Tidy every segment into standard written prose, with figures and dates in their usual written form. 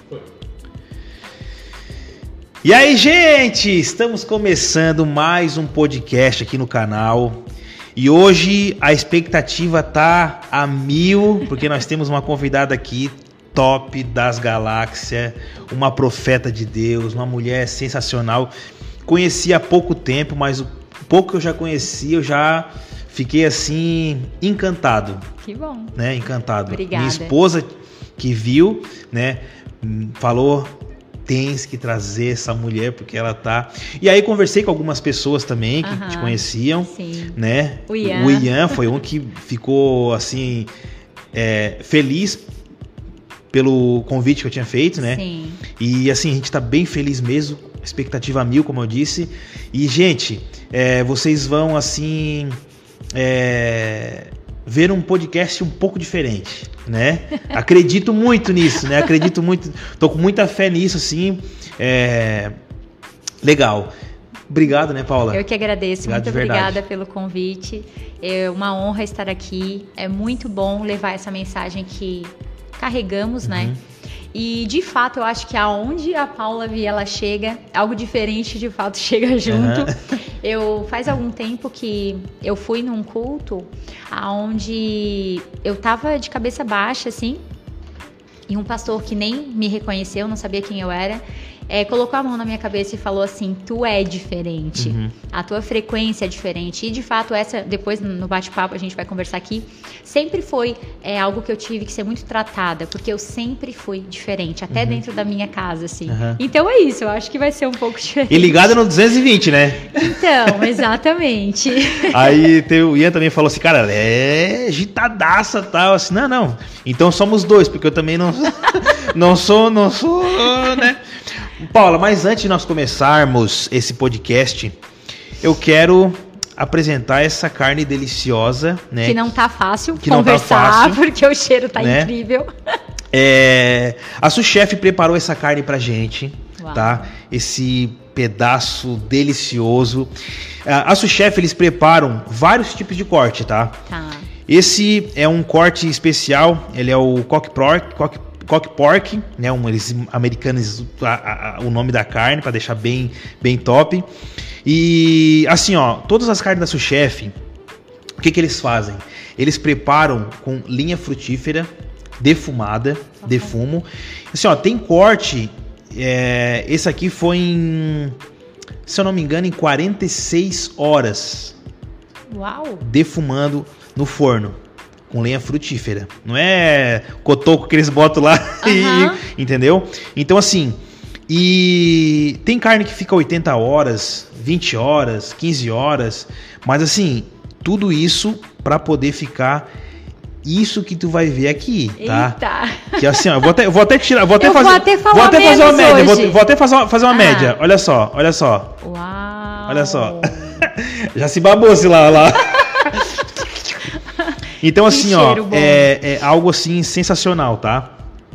E aí, gente, estamos começando mais um podcast aqui no canal. E hoje a expectativa tá a 1000, porque nós temos uma convidada aqui top das galáxias, uma profeta de Deus, uma mulher sensacional. Conheci há pouco tempo, mas o pouco que eu já conheci, eu já fiquei assim encantado. Que bom. Né? Encantado. Obrigada. Minha esposa que viu, né, falou: tens que trazer essa mulher porque ela tá... E aí conversei com algumas pessoas também que te conheciam. Sim. Né? O Ian foi um que ficou assim feliz pelo convite que eu tinha feito, né? Sim. E assim, a gente tá bem feliz mesmo, expectativa 1000, como eu disse. E, gente, vocês vão assim ver um podcast um pouco diferente, né? Acredito muito nisso, né? Acredito muito, tô com muita fé nisso, assim. Legal. Obrigado, né, Paula? Eu que agradeço, muito obrigada pelo convite. É uma honra estar aqui. É muito bom levar essa mensagem que carregamos, né? E, de fato, eu acho que aonde a Paula vier, ela chega, algo diferente, de fato, chega junto. Faz algum tempo que eu fui num culto onde eu tava de cabeça baixa, assim, e um pastor que nem me reconheceu, não sabia quem eu era, colocou a mão na minha cabeça e falou assim: tu é diferente, a tua frequência é diferente. E de fato, essa, depois no bate-papo a gente vai conversar aqui, sempre foi algo que eu tive que ser muito tratada, porque eu sempre fui diferente, até dentro da minha casa, assim. Então é isso, eu acho que vai ser um pouco diferente. E ligada no 220, né? Então, exatamente. Aí o Ian também falou assim: cara, ela é agitadaça e tal, assim, não, então somos dois, porque eu também não sou, né? Paula, mas antes de nós começarmos esse podcast, eu quero apresentar essa carne deliciosa, né? Que não tá fácil conversar, porque o cheiro tá incrível. A Suchef preparou essa carne pra gente, tá? Esse pedaço delicioso. A Suchef, eles preparam vários tipos de corte, tá? Esse é um corte especial, ele é o cock pork, né? Eles americanos o nome da carne para deixar bem top. E assim, ó, todas as carnes da Suchef, o que eles fazem? Eles preparam com linha frutífera defumada, defumo. Assim, ó, tem corte. Esse aqui foi se eu não me engano, em 46 horas. Uau! Defumando no forno. Com lenha frutífera. Não é cotoco que eles botam lá, entendeu? Então, assim, e tem carne que fica 80 horas, 20 horas, 15 horas, mas assim, tudo isso para poder ficar isso que tu vai ver aqui, tá? Eita. Que assim, ó, eu vou até tirar, vou até fazer uma média, vou até fazer uma média. Olha só. Uau. Olha só. Já se babou se lá. Então, assim, ó, é algo assim sensacional, tá?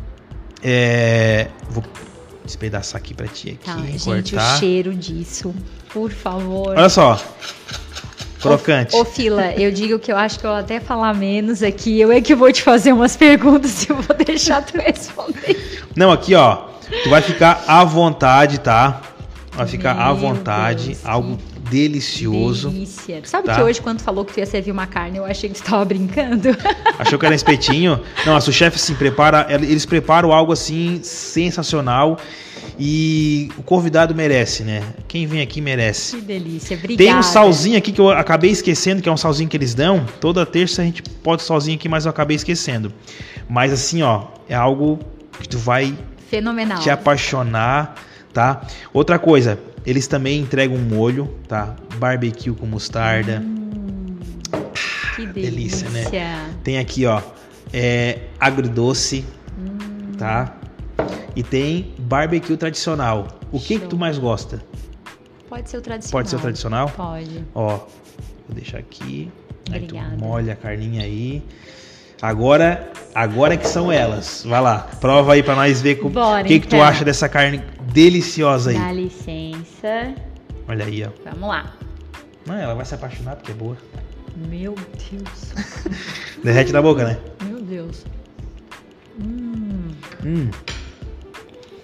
Vou despedaçar aqui pra ti aqui, gente, cortar. O cheiro disso, por favor. Olha só, crocante. Ô Fila, eu digo que eu acho que eu vou até falar menos aqui, eu é que vou te fazer umas perguntas e eu vou deixar tu responder. Não, aqui, ó, tu vai ficar à vontade, tá? Vai ficar à vontade, Deus, algo delicioso. Delícia. Sabe que hoje, quando falou que tu ia servir uma carne, eu achei que tu tava brincando. Achou que era espetinho? Não, a Suchef, assim, eles preparam algo, assim, sensacional. E o convidado merece, né? Quem vem aqui merece. Que delícia, obrigada. Tem um salzinho aqui que eu acabei esquecendo, que é um salzinho que eles dão. Toda terça a gente pode salzinho aqui, mas eu acabei esquecendo. Mas assim, ó, é algo que tu vai fenomenal, te apaixonar, tá? Outra coisa, eles também entregam um molho, tá? Barbecue com mostarda. Que delícia, né? Tem aqui, ó, agridoce, tá? E tem barbecue tradicional. O que tu mais gosta? Pode ser o tradicional. Pode ser o tradicional? Pode. Ó, vou deixar aqui. Obrigada. Aí tu molha a carninha aí. Agora que são elas. Vai lá, prova aí pra nós ver o que tu acha dessa carne deliciosa aí. Dá licença. Olha aí, ó. Vamos lá. Não, ela vai se apaixonar porque é boa. Meu Deus. Derrete na boca, né? Meu Deus.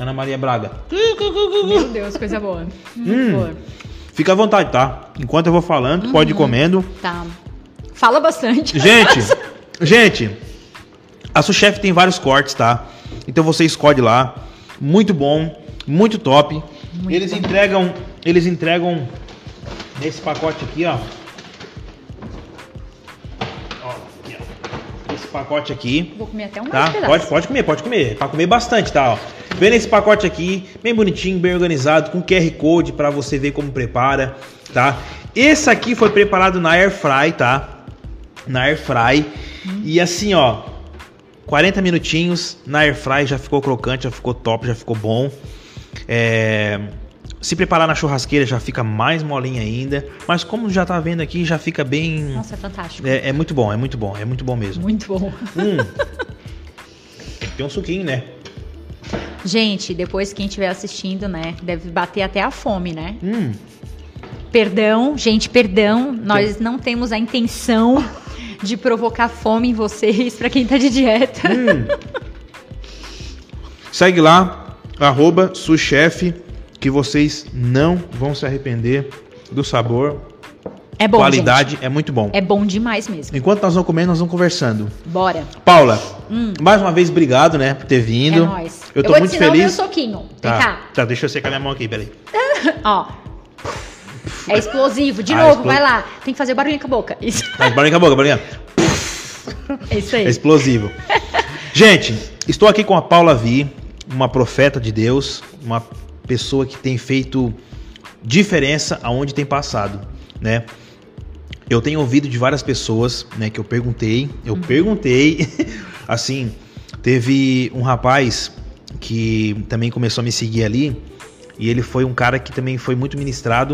Ana Maria Braga. Meu Deus, coisa boa. Muito boa. Fica à vontade, tá? Enquanto eu vou falando, pode ir comendo. Tá. Fala bastante. Gente, a Suchef tem vários cortes, tá? Então você escolhe lá. Muito bom, muito top. Eles entregam nesse pacote aqui, ó. Aqui, ó. Esse pacote aqui. Vou comer até um tá? pedaço. Pode comer. Pra comer bastante, tá? Ó. Vem nesse pacote aqui, bem bonitinho, bem organizado, com QR Code pra você ver como prepara, tá? Esse aqui foi preparado na Air Fry, tá? Na Air Fry. E assim, ó, 40 minutinhos na Air Fry já ficou crocante, já ficou top, já ficou bom. Se preparar na churrasqueira já fica mais molinha ainda. Mas como já tá vendo aqui, já fica bem... Nossa, é fantástico. É muito bom mesmo. Muito bom. Tem um suquinho, né? Gente, depois quem estiver assistindo, né, deve bater até a fome, né? Perdão, gente, perdão. Nós não temos a intenção de provocar fome em vocês, pra quem tá de dieta. Segue lá, @Suchef, que vocês não vão se arrepender do sabor. É bom, qualidade, gente. É muito bom. É bom demais mesmo. Enquanto nós vamos comendo, nós vamos conversando. Bora. Paula, mais uma vez, obrigado, né, por ter vindo. É nóis. Eu tô muito feliz. O meu soquinho. Vem cá. Tá, deixa eu secar minha mão aqui, peraí. Ó. É explosivo. De novo, vai lá. Tem que fazer barulhinho com a boca. Isso. Barulhinho com a boca, barulhinho. É isso aí. É explosivo. Gente, estou aqui com a Paula Vi, uma profeta de Deus, uma pessoa que tem feito diferença aonde tem passado, né? Eu tenho ouvido de várias pessoas, né, que eu perguntei, assim, teve um rapaz que também começou a me seguir ali, e ele foi um cara que também foi muito ministrado,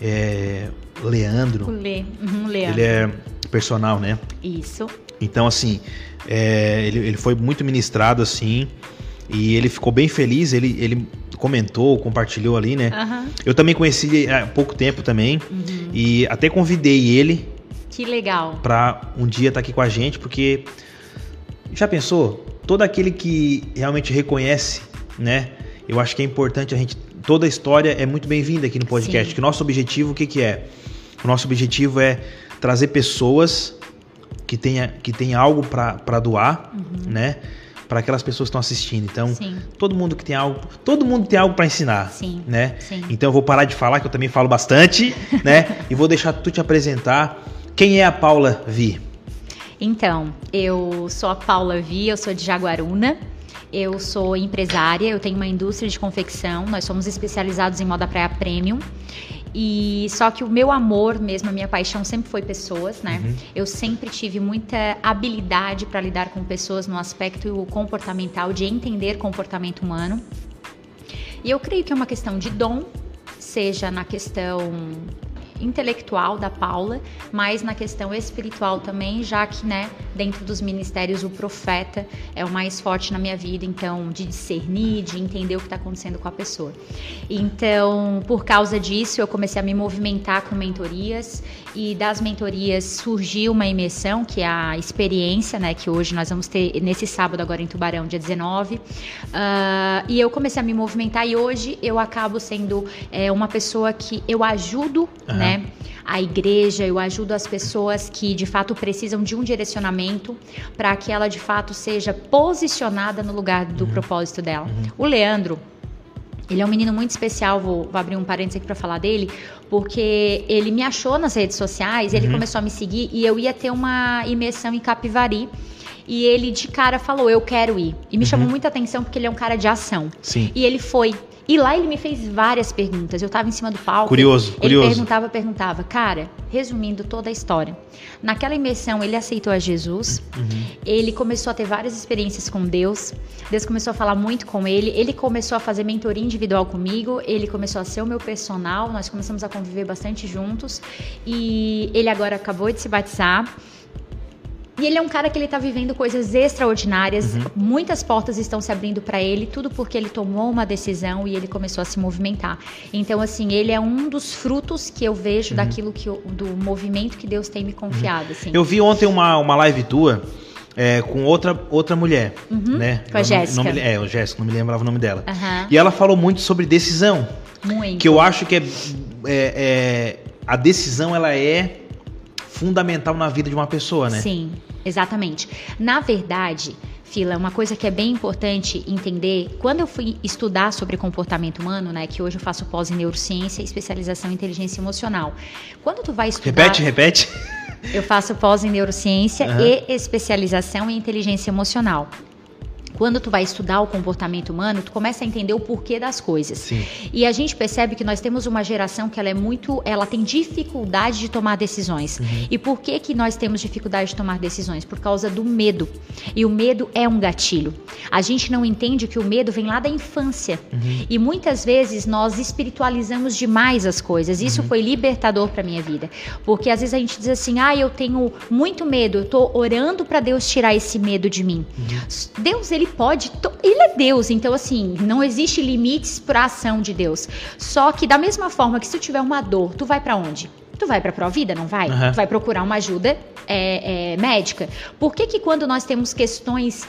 Leandro. Leandro. Ele é personal, né? Isso. Então, assim, ele foi muito ministrado, assim, e ele ficou bem feliz, ele comentou, compartilhou ali, né? Eu também conheci há pouco tempo também, e até convidei ele. Que legal. Pra um dia estar aqui com a gente, porque, já pensou? Todo aquele que realmente reconhece, né? Eu acho que é importante toda a história é muito bem-vinda aqui no podcast. Sim. Que o nosso objetivo, o que é? O nosso objetivo é trazer pessoas que tenha algo para doar, né? Para aquelas pessoas que estão assistindo. Então, todo mundo tem algo para ensinar, né? Sim. Então eu vou parar de falar, que eu também falo bastante, né? E vou deixar tu te apresentar. Quem é a Paula Vi? Então, eu sou a Paula Vi, eu sou de Jaguaruna. Eu sou empresária, eu tenho uma indústria de confecção, nós somos especializados em moda praia premium. E só que o meu amor mesmo, a minha paixão sempre foi pessoas, né? Eu sempre tive muita habilidade para lidar com pessoas no aspecto comportamental, de entender comportamento humano. E eu creio que é uma questão de dom, seja na questão intelectual da Paula, mas na questão espiritual também, já que, né, dentro dos ministérios o profeta é o mais forte na minha vida, então, de discernir, de entender o que está acontecendo com a pessoa. Então, por causa disso, eu comecei a me movimentar com mentorias, e das mentorias surgiu uma imersão, que é a experiência, né, que hoje nós vamos ter nesse sábado agora em Tubarão, dia 19, e eu comecei a me movimentar, e hoje eu acabo sendo uma pessoa que eu ajudo, né, a igreja, eu ajudo as pessoas que de fato precisam de um direcionamento para que ela de fato seja posicionada no lugar do propósito dela. O Leandro, ele é um menino muito especial, vou abrir um parênteses aqui para falar dele, porque ele me achou nas redes sociais, ele começou a me seguir e eu ia ter uma imersão em Capivari. E ele de cara falou, eu quero ir. E me chamou muita atenção porque ele é um cara de ação. Sim. E ele foi. E lá ele me fez várias perguntas. Eu tava em cima do palco. Curioso. Ele perguntava. Cara, resumindo toda a história. Naquela imersão, ele aceitou a Jesus. Ele começou a ter várias experiências com Deus. Deus começou a falar muito com ele. Ele começou a fazer mentoria individual comigo. Ele começou a ser o meu personal. Nós começamos a conviver bastante juntos. E ele agora acabou de se batizar. E ele é um cara que ele tá vivendo coisas extraordinárias, muitas portas estão se abrindo para ele, tudo porque ele tomou uma decisão e ele começou a se movimentar. Então, assim, ele é um dos frutos que eu vejo daquilo do movimento que Deus tem me confiado. Assim. Eu vi ontem uma live tua com outra mulher, né? Com a Jéssica. O Jéssica, não me lembrava o nome dela. Uhum. E ela falou muito sobre decisão. Muito. Que eu acho que a decisão, ela é fundamental na vida de uma pessoa, né? Sim, exatamente. Na verdade, Fila, uma coisa que é bem importante entender, quando eu fui estudar sobre comportamento humano, né, que hoje eu faço pós em neurociência e especialização em inteligência emocional. Quando tu vai estudar... Repete. Eu faço pós em neurociência e especialização em inteligência emocional. Quando tu vai estudar o comportamento humano, tu começa a entender o porquê das coisas. Sim. E a gente percebe que nós temos uma geração que ela tem dificuldade de tomar decisões. E por que nós temos dificuldade de tomar decisões? Por causa do medo. E o medo é um gatilho. A gente não entende que o medo vem lá da infância. E muitas vezes nós espiritualizamos demais as coisas. Isso foi libertador para minha vida. Porque às vezes a gente diz assim, eu tenho muito medo, eu tô orando para Deus tirar esse medo de mim. Deus, ele é Deus, então assim, não existe limites para a ação de Deus. Só que da mesma forma que se tu tiver uma dor, tu vai para onde? Tu vai para Provida, não vai? Tu vai procurar uma ajuda médica. Por que quando nós temos questões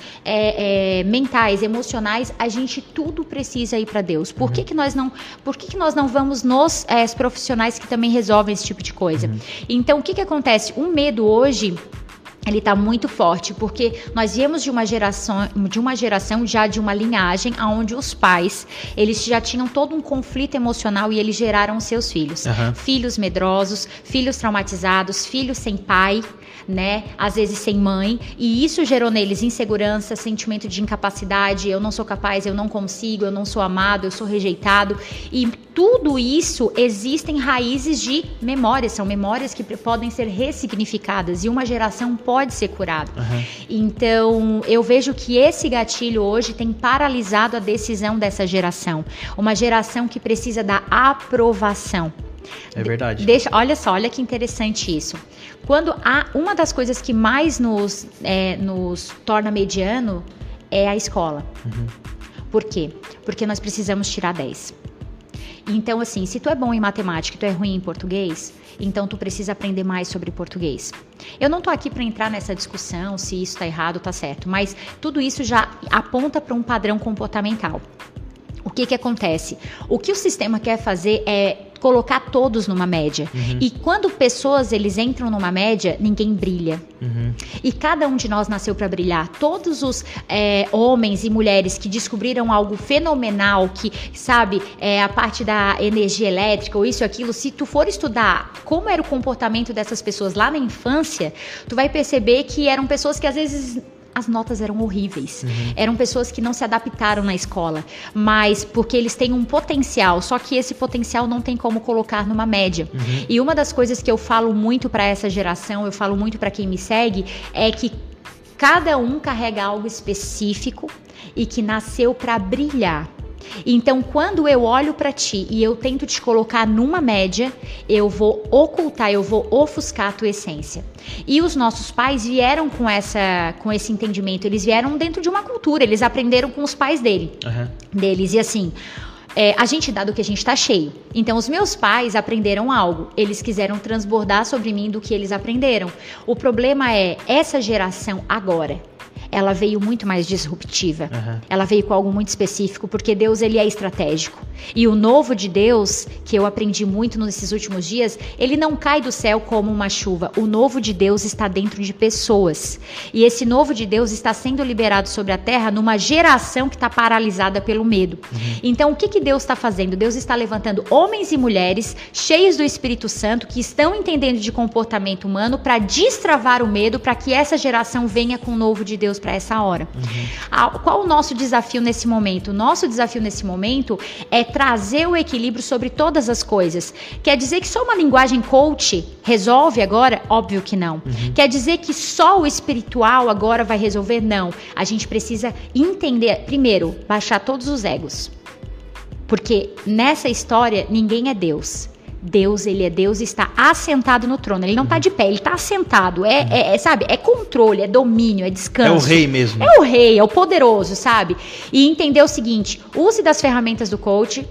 mentais, emocionais, a gente tudo precisa ir para Deus? Por que nós não vamos nos profissionais que também resolvem esse tipo de coisa? Então, o que acontece? O medo hoje... ele está muito forte, porque nós viemos de uma geração já de uma linhagem onde os pais, eles já tinham todo um conflito emocional e eles geraram seus filhos. Filhos medrosos, filhos traumatizados, filhos sem pai, né? Às vezes sem mãe, e isso gerou neles insegurança, sentimento de incapacidade, eu não sou capaz, eu não consigo, eu não sou amado, eu sou rejeitado, e tudo isso existem raízes de memórias, são memórias que podem ser ressignificadas, e uma geração pode ser curada. Então, eu vejo que esse gatilho hoje tem paralisado a decisão dessa geração, uma geração que precisa da aprovação. É verdade. Olha que interessante isso. Quando uma das coisas que mais nos torna mediano é a escola. Por quê? Porque nós precisamos tirar 10. Então, assim, se tu é bom em matemática e tu é ruim em português, então tu precisa aprender mais sobre português. Eu não tô aqui para entrar nessa discussão se isso tá errado ou tá certo, mas tudo isso já aponta para um padrão comportamental. O que acontece? O que o sistema quer fazer é colocar todos numa média. E quando pessoas eles entram numa média, ninguém brilha. E cada um de nós nasceu para brilhar. Todos os homens e mulheres que descobriram algo fenomenal, que, sabe, a parte da energia elétrica ou isso ou aquilo, se tu for estudar como era o comportamento dessas pessoas lá na infância, tu vai perceber que eram pessoas que às vezes... as notas eram horríveis. Eram pessoas que não se adaptaram na escola, mas porque eles têm um potencial, só que esse potencial não tem como colocar numa média. E uma das coisas que eu falo muito para essa geração, eu falo muito para quem me segue, é que cada um carrega algo específico e que nasceu para brilhar. Então, quando eu olho para ti e eu tento te colocar numa média, eu vou ocultar, eu vou ofuscar a tua essência. E os nossos pais vieram com esse entendimento, eles vieram dentro de uma cultura, eles aprenderam com os pais deles. E assim, a gente dá do que a gente tá cheio. Então, os meus pais aprenderam algo, eles quiseram transbordar sobre mim do que eles aprenderam. O problema é, essa geração agora... ela veio muito mais disruptiva. Ela veio com algo muito específico, porque Deus, ele é estratégico. E o novo de Deus, que eu aprendi muito nesses últimos dias, ele não cai do céu como uma chuva. O novo de Deus está dentro de pessoas. E esse novo de Deus está sendo liberado sobre a terra numa geração que está paralisada pelo medo. Então, o que Deus está fazendo? Deus está levantando homens e mulheres cheios do Espírito Santo, que estão entendendo de comportamento humano, para destravar o medo, para que essa geração venha com o novo de Deus para essa hora. Qual o nosso desafio nesse momento? O nosso desafio nesse momento é trazer o equilíbrio sobre todas as coisas. Quer dizer que só uma linguagem coach resolve agora? Óbvio que não. Quer dizer que só o espiritual agora vai resolver? Não. A gente precisa entender, primeiro, baixar todos os egos. Porque nessa história, ninguém é Deus. Deus, ele é Deus e está assentado no trono. Ele não está de pé, ele está assentado. Sabe? É controle, é domínio, é descanso. É o rei mesmo. É o rei, é o poderoso, sabe? E entender o seguinte, use das ferramentas do coach,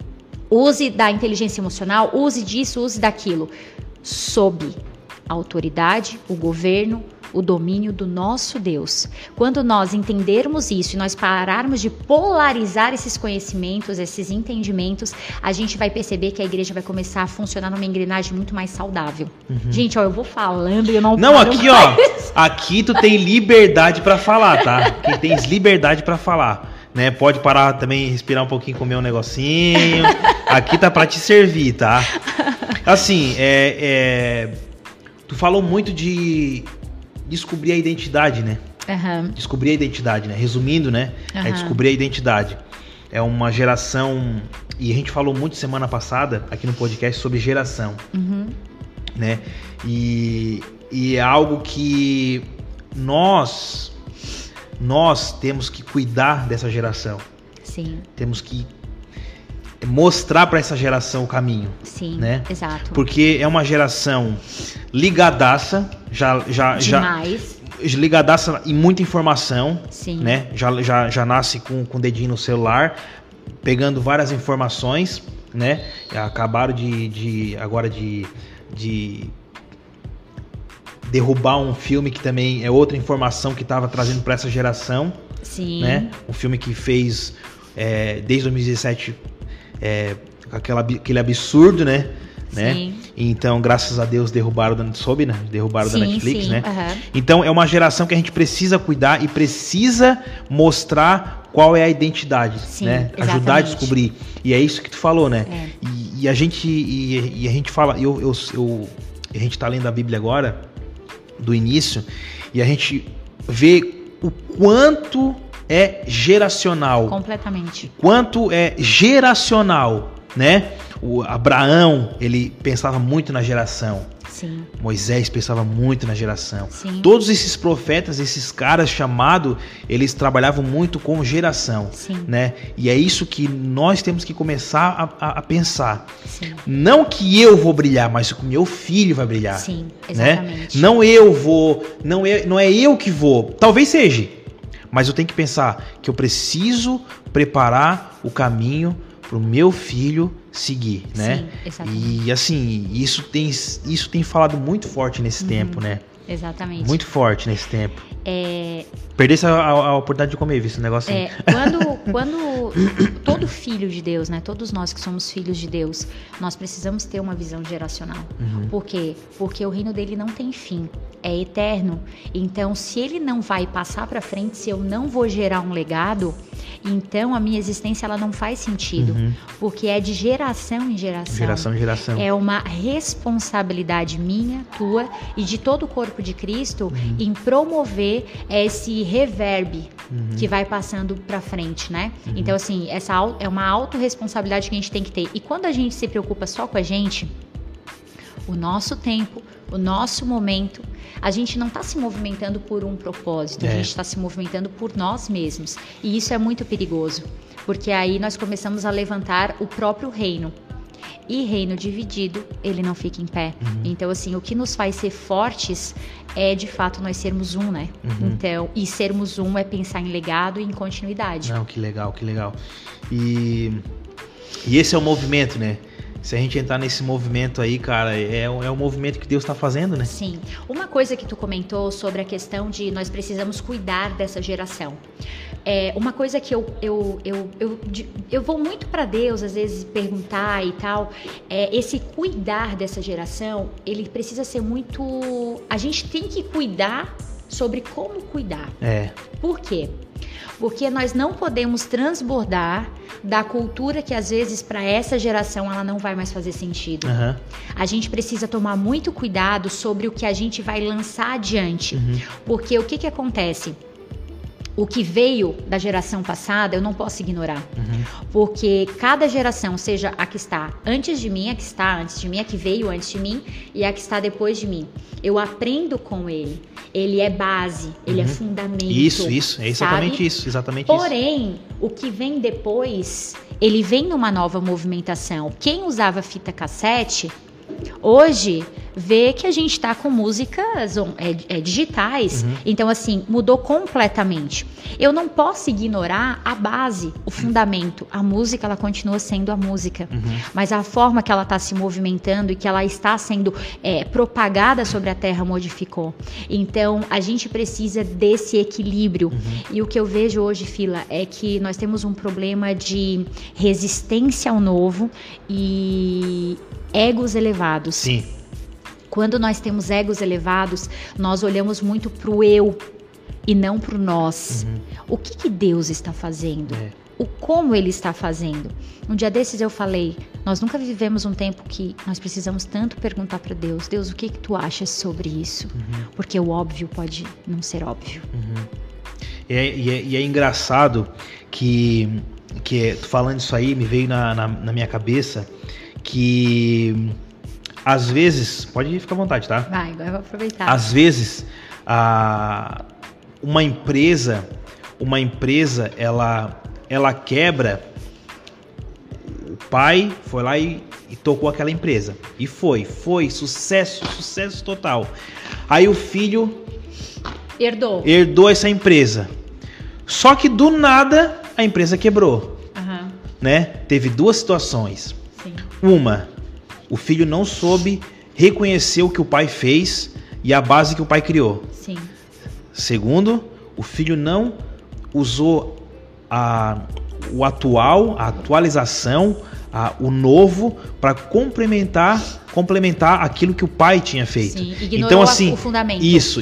use da inteligência emocional, use disso, use daquilo. Sob a autoridade, o governo o domínio do nosso Deus. Quando nós entendermos isso e nós pararmos de polarizar esses conhecimentos, esses entendimentos, a gente vai perceber que a igreja vai começar a funcionar numa engrenagem muito mais saudável. Gente, ó, eu vou falando e eu não Não, aqui, ó, aqui tu tem liberdade pra falar, tá? Aqui tens liberdade pra falar, né? Pode parar também, respirar um pouquinho, comer um negocinho. Aqui tá pra te servir, tá? Assim, tu falou muito de descobrir a identidade, né? Descobrir a identidade, né? Resumindo, né? É descobrir a identidade. É uma geração... E a gente falou muito semana passada aqui no podcast sobre geração, né? E é algo que nós temos que cuidar dessa geração. Sim. Temos que mostrar para essa geração o caminho. Sim, né? Exato. Porque é uma geração ligadaça, Demais. Ligadaça e muita informação. Sim. Né? Já nasce com o dedinho no celular, pegando várias informações, né? Acabaram agora de derrubar um filme que também é outra informação que estava trazendo para essa geração. Sim. Né? Um filme que fez desde 2017 aquele absurdo, né? Sim. Então, graças a Deus, derrubaram da Netflix, né? Então, é uma geração que a gente precisa cuidar e precisa mostrar qual é a identidade, sim, né? Exatamente. Ajudar a descobrir. E é isso que tu falou, né? E a gente fala, a gente tá lendo a Bíblia agora, do início, e a gente vê o quanto é geracional. Completamente. Quanto é geracional, né? O Abraão, ele pensava muito na geração. Sim. Moisés pensava muito na geração. Sim. Todos esses profetas, esses caras chamados, eles trabalhavam muito com geração. Sim. Né? E é isso que nós temos que começar a pensar. Sim. Não que eu vou brilhar, mas que o meu filho vai brilhar. Sim, exatamente. Né? Não eu vou, não é eu que vou. Talvez seja, mas eu tenho que pensar que eu preciso preparar o caminho para o meu filho seguir, né? Sim, exatamente. E assim, isso tem falado muito forte nesse tempo, né? Exatamente. Muito forte nesse tempo. Perdesse a oportunidade de comer, viu esse negócio aí. Quando todo filho de Deus, né? Todos nós que somos filhos de Deus, nós precisamos ter uma visão geracional. Por quê? Porque o reino dele não tem fim, é eterno. Então, se ele não vai passar para frente, se eu não vou gerar um legado, então a minha existência ela não faz sentido, porque é de geração em geração. Geração em geração. É uma responsabilidade minha, tua e de todo o corpo de Cristo em promover esse reverb que vai passando para frente, né? Então, assim, essa é uma autorresponsabilidade que a gente tem que ter. E quando a gente se preocupa só com a gente, o nosso tempo, o nosso momento, a gente não está se movimentando por um propósito, a gente está se movimentando por nós mesmos. E isso é muito perigoso, porque aí nós começamos a levantar o próprio reino. E reino dividido, ele não fica em pé. Então, assim, o que nos faz ser fortes é, de fato, nós sermos um, né? Então, e sermos um é pensar em legado e em continuidade. Não, que legal, que legal. E esse é o movimento, né? Se a gente entrar nesse movimento aí, cara, é o movimento que Deus está fazendo, né? Sim. Uma coisa que tu comentou sobre a questão de nós precisamos cuidar dessa geração. Uma coisa que eu vou muito para Deus, às vezes, perguntar e tal, esse cuidar dessa geração, ele precisa ser muito... A gente tem que cuidar sobre como cuidar. Por quê? Porque nós não podemos transbordar da cultura que às vezes para essa geração ela não vai mais fazer sentido. A gente precisa tomar muito cuidado sobre o que a gente vai lançar adiante. Porque o que acontece? O que veio da geração passada eu não posso ignorar. Porque cada geração, seja a que está antes de mim, a que está antes de mim, a que veio antes de mim e a que está depois de mim, eu aprendo com ele. Ele é base, ele é fundamento. Isso, é exatamente, sabe? Exatamente isso. Porém, o que vem depois, ele vem numa nova movimentação. Quem usava fita cassete, hoje vê que a gente está com músicas digitais. Então, assim, mudou completamente. Eu não posso ignorar a base, o fundamento. A música, ela continua sendo a música. Mas a forma que ela está se movimentando e que ela está sendo propagada sobre a terra modificou. Então, a gente precisa desse equilíbrio. E o que eu vejo hoje, Fila, é que nós temos um problema de resistência ao novo e egos elevados. Sim. Quando nós temos egos elevados, nós olhamos muito pro eu e não pro nós. O que Deus está fazendo? O como Ele está fazendo? Um dia desses eu falei, nós nunca vivemos um tempo que nós precisamos tanto perguntar para Deus, Deus, o que tu achas sobre isso? Porque o óbvio pode não ser óbvio. E é engraçado que falando isso aí, me veio na minha cabeça que às vezes, pode ficar à vontade, tá? Vai, agora eu vou aproveitar. Às vezes, uma empresa, ela quebra. O pai foi lá e tocou aquela empresa. E foi sucesso total. Aí o filho herdou essa empresa. Só que do nada a empresa quebrou. Né? Teve duas situações. Sim. Uma, o filho não soube reconhecer o que o pai fez e a base que o pai criou. Sim. Segundo, o filho não usou a atualização, o novo, para complementar aquilo que o pai tinha feito. Sim, ignorou o fundamento. Isso.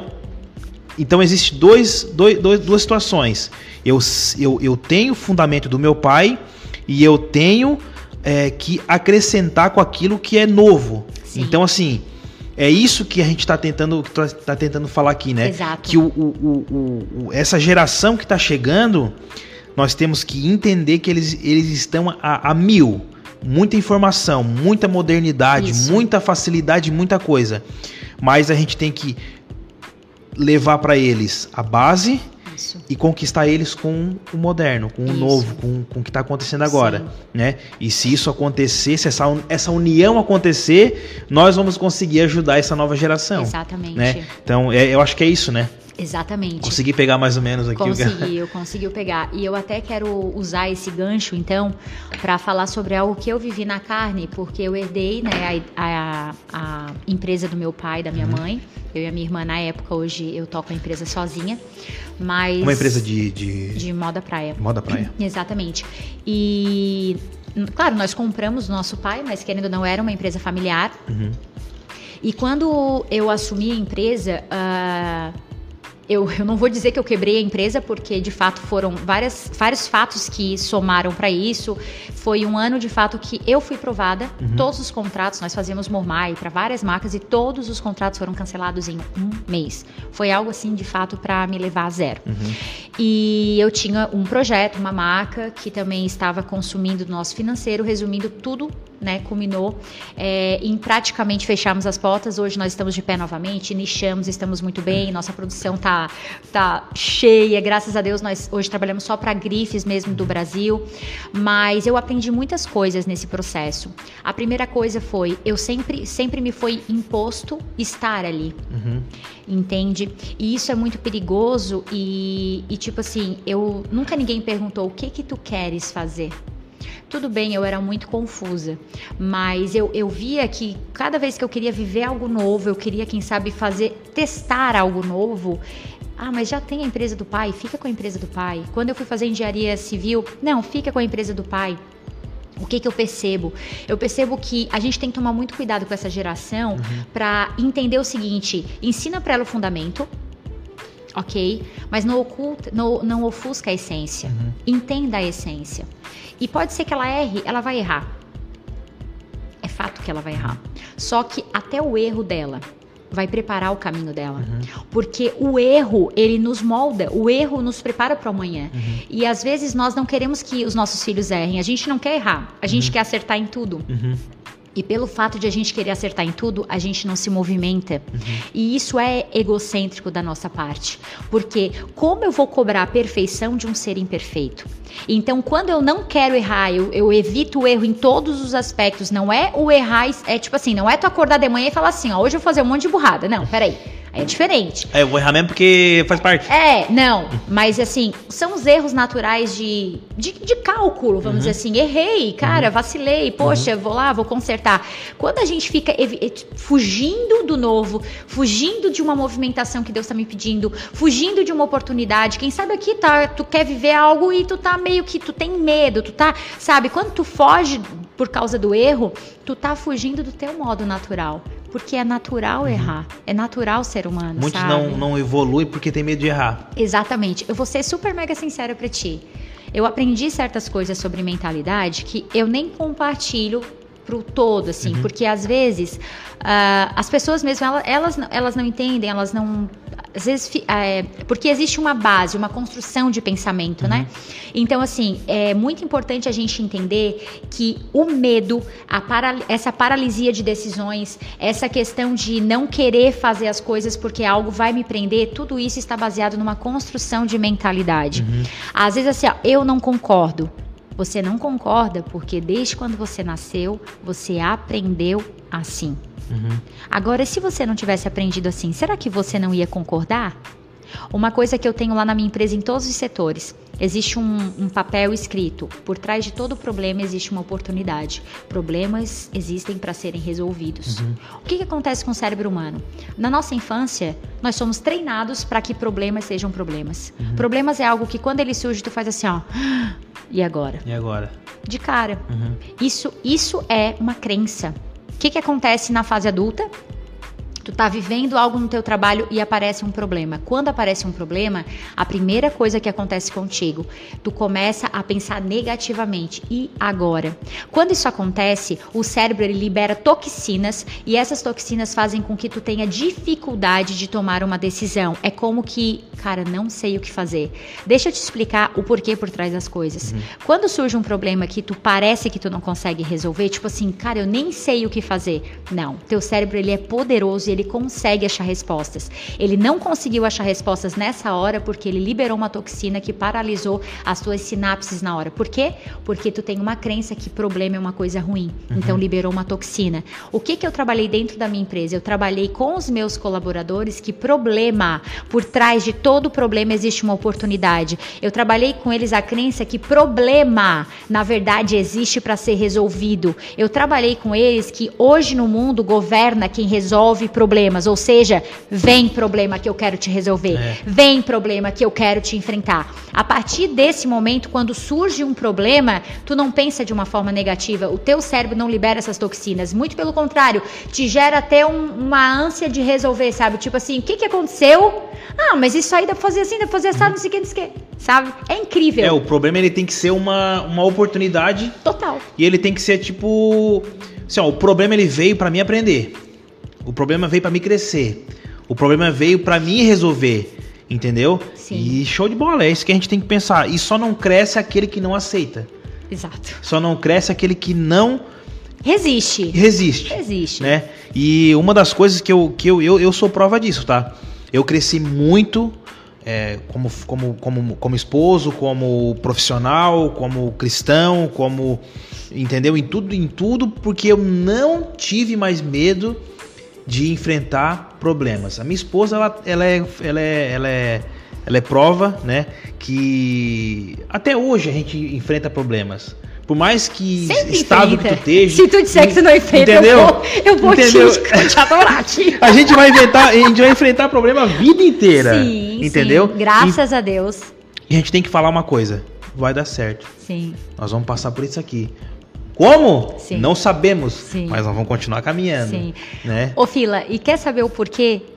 Então existe duas situações. Eu tenho o fundamento do meu pai e eu tenho que acrescentar com aquilo que é novo. Sim. Então, assim, é isso que a gente está tentando falar aqui, né? Exato. Que essa geração que está chegando, nós temos que entender que eles estão a mil. Muita informação, muita modernidade, muita facilidade, muita coisa. Mas a gente tem que levar para eles a base e conquistar eles com o moderno, com o novo, com o que está acontecendo agora, né? E se isso acontecer, se essa união acontecer, nós vamos conseguir ajudar essa nova geração. Exatamente. Né? Então, eu acho que é isso, né? Exatamente. Consegui pegar mais ou menos aqui. Conseguiu pegar. E eu até quero usar esse gancho, então, para falar sobre algo que eu vivi na carne, porque eu herdei, né, a empresa do meu pai e da minha mãe. Eu e a minha irmã, na época, hoje eu toco a empresa sozinha. Mas... Uma empresa de moda praia. Moda praia. Exatamente. E, claro, nós compramos o nosso pai, mas querendo ou não, era uma empresa familiar. E quando eu assumi a empresa... Eu não vou dizer que eu quebrei a empresa, porque de fato foram vários fatos que somaram para isso. Foi um ano de fato que eu fui provada. Todos os contratos, nós fazíamos Mormai para várias marcas e todos os contratos foram cancelados em um mês. Foi algo assim de fato para me levar a zero. E eu tinha um projeto, uma marca que também estava consumindo do nosso financeiro, resumindo tudo, né, culminou em praticamente fecharmos as portas. Hoje nós estamos de pé novamente, nichamos, estamos muito bem, nossa produção tá cheia, graças a Deus. Nós hoje trabalhamos só para grifes mesmo do Brasil, mas eu aprendi muitas coisas nesse processo. A primeira coisa foi, eu sempre me foi imposto estar ali, entende? E isso é muito perigoso e tipo assim, nunca ninguém perguntou o que tu queres fazer. Tudo bem, eu era muito confusa, mas eu via que cada vez que eu queria viver algo novo, eu queria, quem sabe, testar algo novo. Mas já tem a empresa do pai, fica com a empresa do pai. Quando eu fui fazer engenharia civil, não, fica com a empresa do pai. O que eu percebo? Eu percebo que a gente tem que tomar muito cuidado com essa geração para entender o seguinte: ensina para ela o fundamento, ok? Mas não ofusca a essência. Entenda a essência. E pode ser que ela erre, ela vai errar. É fato que ela vai errar. Só que até o erro dela vai preparar o caminho dela. Porque o erro, ele nos molda, o erro nos prepara para o amanhã. E às vezes nós não queremos que os nossos filhos errem, a gente não quer errar, a gente quer acertar em tudo. E pelo fato de a gente querer acertar em tudo, a gente não se movimenta. E isso é egocêntrico da nossa parte. Porque como eu vou cobrar a perfeição de um ser imperfeito? Então, quando eu não quero errar, eu evito o erro em todos os aspectos. Não é o errar, é tipo assim, não é tu acordar de manhã e falar assim, ó, hoje eu vou fazer um monte de burrada. Não, peraí. É diferente. Eu vou errar mesmo porque faz parte. Não, mas assim, são os erros naturais de cálculo, vamos dizer assim. Errei, cara, vacilei, poxa, vou lá, vou consertar. Quando a gente fica fugindo do novo, fugindo de uma movimentação que Deus tá me pedindo, fugindo de uma oportunidade, quem sabe aqui tu quer viver algo e tu tá meio que, tu tem medo, tu tá, sabe, quando tu foge por causa do erro, tu tá fugindo do teu modo natural. Porque é natural errar, é natural ser humano, muitos sabe? não evoluem porque tem medo de errar. Exatamente. Eu vou ser super mega sincera pra ti. Eu aprendi certas coisas sobre mentalidade que eu nem compartilho pro todo, assim, porque às vezes as pessoas mesmo, elas não entendem, elas não... Às vezes, porque existe uma base, uma construção de pensamento, né? Então, assim, é muito importante a gente entender que o medo, essa paralisia de decisões, essa questão de não querer fazer as coisas porque algo vai me prender, tudo isso está baseado numa construção de mentalidade. Às vezes, assim, ó, eu não concordo. Você não concorda porque desde quando você nasceu, você aprendeu assim. Agora, se você não tivesse aprendido assim, será que você não ia concordar? Uma coisa que eu tenho lá na minha empresa em todos os setores, existe um papel escrito, por trás de todo problema existe uma oportunidade. Problemas existem para serem resolvidos. O que acontece com o cérebro humano? Na nossa infância, nós somos treinados para que problemas sejam problemas. Problemas é algo que quando ele surge, tu faz assim, ó, e agora? E agora? De cara. Isso é uma crença. O que acontece na fase adulta? Tu tá vivendo algo no teu trabalho e aparece um problema. Quando aparece um problema, a primeira coisa que acontece contigo, tu começa a pensar negativamente. E agora? Quando isso acontece, o cérebro ele libera toxinas e essas toxinas fazem com que tu tenha dificuldade de tomar uma decisão. É como que, cara, não sei o que fazer. Deixa eu te explicar o porquê por trás das coisas. Quando surge um problema que tu parece que tu não consegue resolver, tipo assim, cara, eu nem sei o que fazer. Não, teu cérebro ele é poderoso e ele consegue achar respostas. Ele não conseguiu achar respostas nessa hora porque ele liberou uma toxina que paralisou as tuas sinapses na hora. Por quê? Porque tu tem uma crença que problema é uma coisa ruim. Então liberou uma toxina. O que eu trabalhei dentro da minha empresa? Eu trabalhei com os meus colaboradores que problema, por trás de todo problema existe uma oportunidade. Eu trabalhei com eles a crença que problema, na verdade, existe para ser resolvido. Eu trabalhei com eles que hoje no mundo governa quem resolve problemas, ou seja, vem problema que eu quero te resolver, vem problema que eu quero te enfrentar. A partir desse momento, quando surge um problema, tu não pensa de uma forma negativa, o teu cérebro não libera essas toxinas, muito pelo contrário, te gera até uma ânsia de resolver, sabe? Tipo assim, o que aconteceu? Ah, mas isso aí dá pra fazer assim, dá pra fazer assim, não sei o que, não sei o que, sabe? É incrível. O problema ele tem que ser uma oportunidade. Total. E ele tem que ser tipo, assim, ó, o problema ele veio pra mim aprender. O problema veio pra mim crescer. O problema veio pra mim resolver. Entendeu? Sim. E show de bola, é isso que a gente tem que pensar. E só não cresce aquele que não aceita. Exato. Só não cresce aquele que não... Resiste. Né? E uma das coisas que eu sou prova disso, tá? Eu cresci muito como esposo, como profissional, como cristão, como... Entendeu? Em tudo, porque eu não tive mais medo de enfrentar problemas. A minha esposa, ela é prova, né, que até hoje a gente enfrenta problemas. Por mais que sempre estado enfrenta. Que tu esteja... Se tu disser que você não enfrenta, entendeu? eu vou te adorar aqui. A gente vai enfrentar problema a vida inteira. Sim, entendeu? Sim, graças a Deus. E a gente tem que falar uma coisa. Vai dar certo. Sim. Nós vamos passar por isso aqui. Como? Sim. Não sabemos, Sim. mas nós vamos continuar caminhando. Sim. Né? Ô Fila, e quer saber o porquê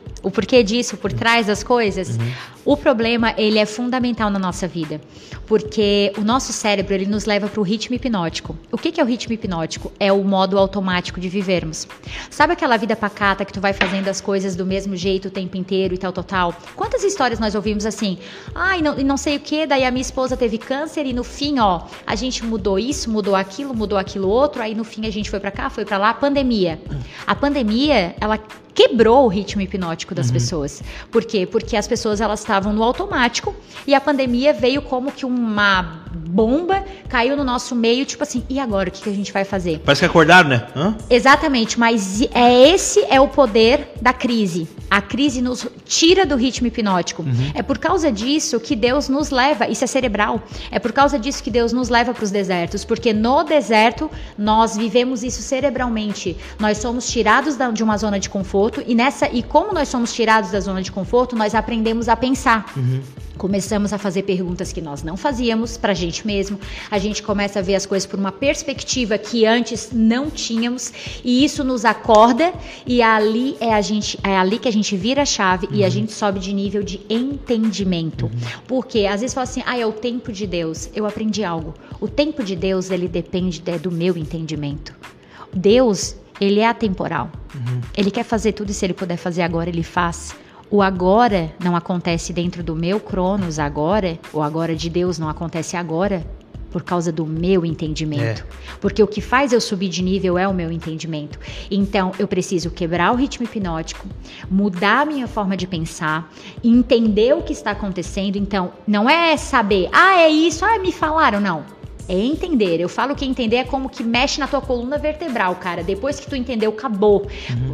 o porquê disso, por trás das coisas? O problema, ele é fundamental na nossa vida, porque o nosso cérebro, ele nos leva para o ritmo hipnótico. O que é o ritmo hipnótico? É o modo automático de vivermos. Sabe aquela vida pacata que tu vai fazendo as coisas do mesmo jeito o tempo inteiro e tal? Quantas histórias nós ouvimos assim? Ai, não sei o que, daí a minha esposa teve câncer e no fim, ó, a gente mudou isso, mudou aquilo outro, aí no fim a gente foi para cá, foi para lá, pandemia. A pandemia, ela quebrou o ritmo hipnótico das pessoas. Por quê? Porque as pessoas, elas estavam no automático e a pandemia veio como que uma bomba, caiu no nosso meio, tipo assim, e agora? O que a gente vai fazer? Parece que acordaram, né? Exatamente, mas esse é o poder da crise. A crise nos tira do ritmo hipnótico. É por causa disso que Deus nos leva, isso é cerebral, é por causa disso que Deus nos leva para os desertos, porque no deserto nós vivemos isso cerebralmente. Nós somos tirados de uma zona de conforto e como nós somos tirados da zona de conforto, nós aprendemos a pensar. Começamos a fazer perguntas que nós não fazíamos pra gente mesmo. A gente começa a ver as coisas por uma perspectiva que antes não tínhamos. E isso nos acorda. E é ali que a gente vira a chave e a gente sobe de nível de entendimento. Porque às vezes fala assim, é o tempo de Deus. Eu aprendi algo. O tempo de Deus, ele depende do meu entendimento. Deus, ele é atemporal. Ele quer fazer tudo e se ele puder fazer agora, ele faz. O agora não acontece dentro do meu cronos agora, o agora de Deus não acontece agora por causa do meu entendimento. Porque o que faz eu subir de nível é o meu entendimento. Então, eu preciso quebrar o ritmo hipnótico, mudar a minha forma de pensar, entender o que está acontecendo. Então, não é saber, é isso, me falaram, não. É entender. Eu falo que entender é como que mexe na tua coluna vertebral, cara. Depois que tu entendeu, acabou.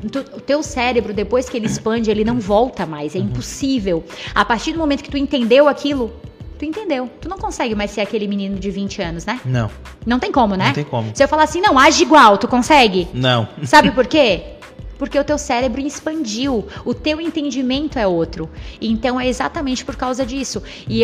O teu cérebro, depois que ele expande, ele não volta mais. É impossível. A partir do momento que tu entendeu aquilo, tu entendeu. Tu não consegue mais ser aquele menino de 20 anos, né? Não. Não tem como, né? Não tem como. Se eu falar assim, não, age igual, tu consegue? Não. Sabe por quê? Porque o teu cérebro expandiu, o teu entendimento é outro. Então é exatamente por causa disso. E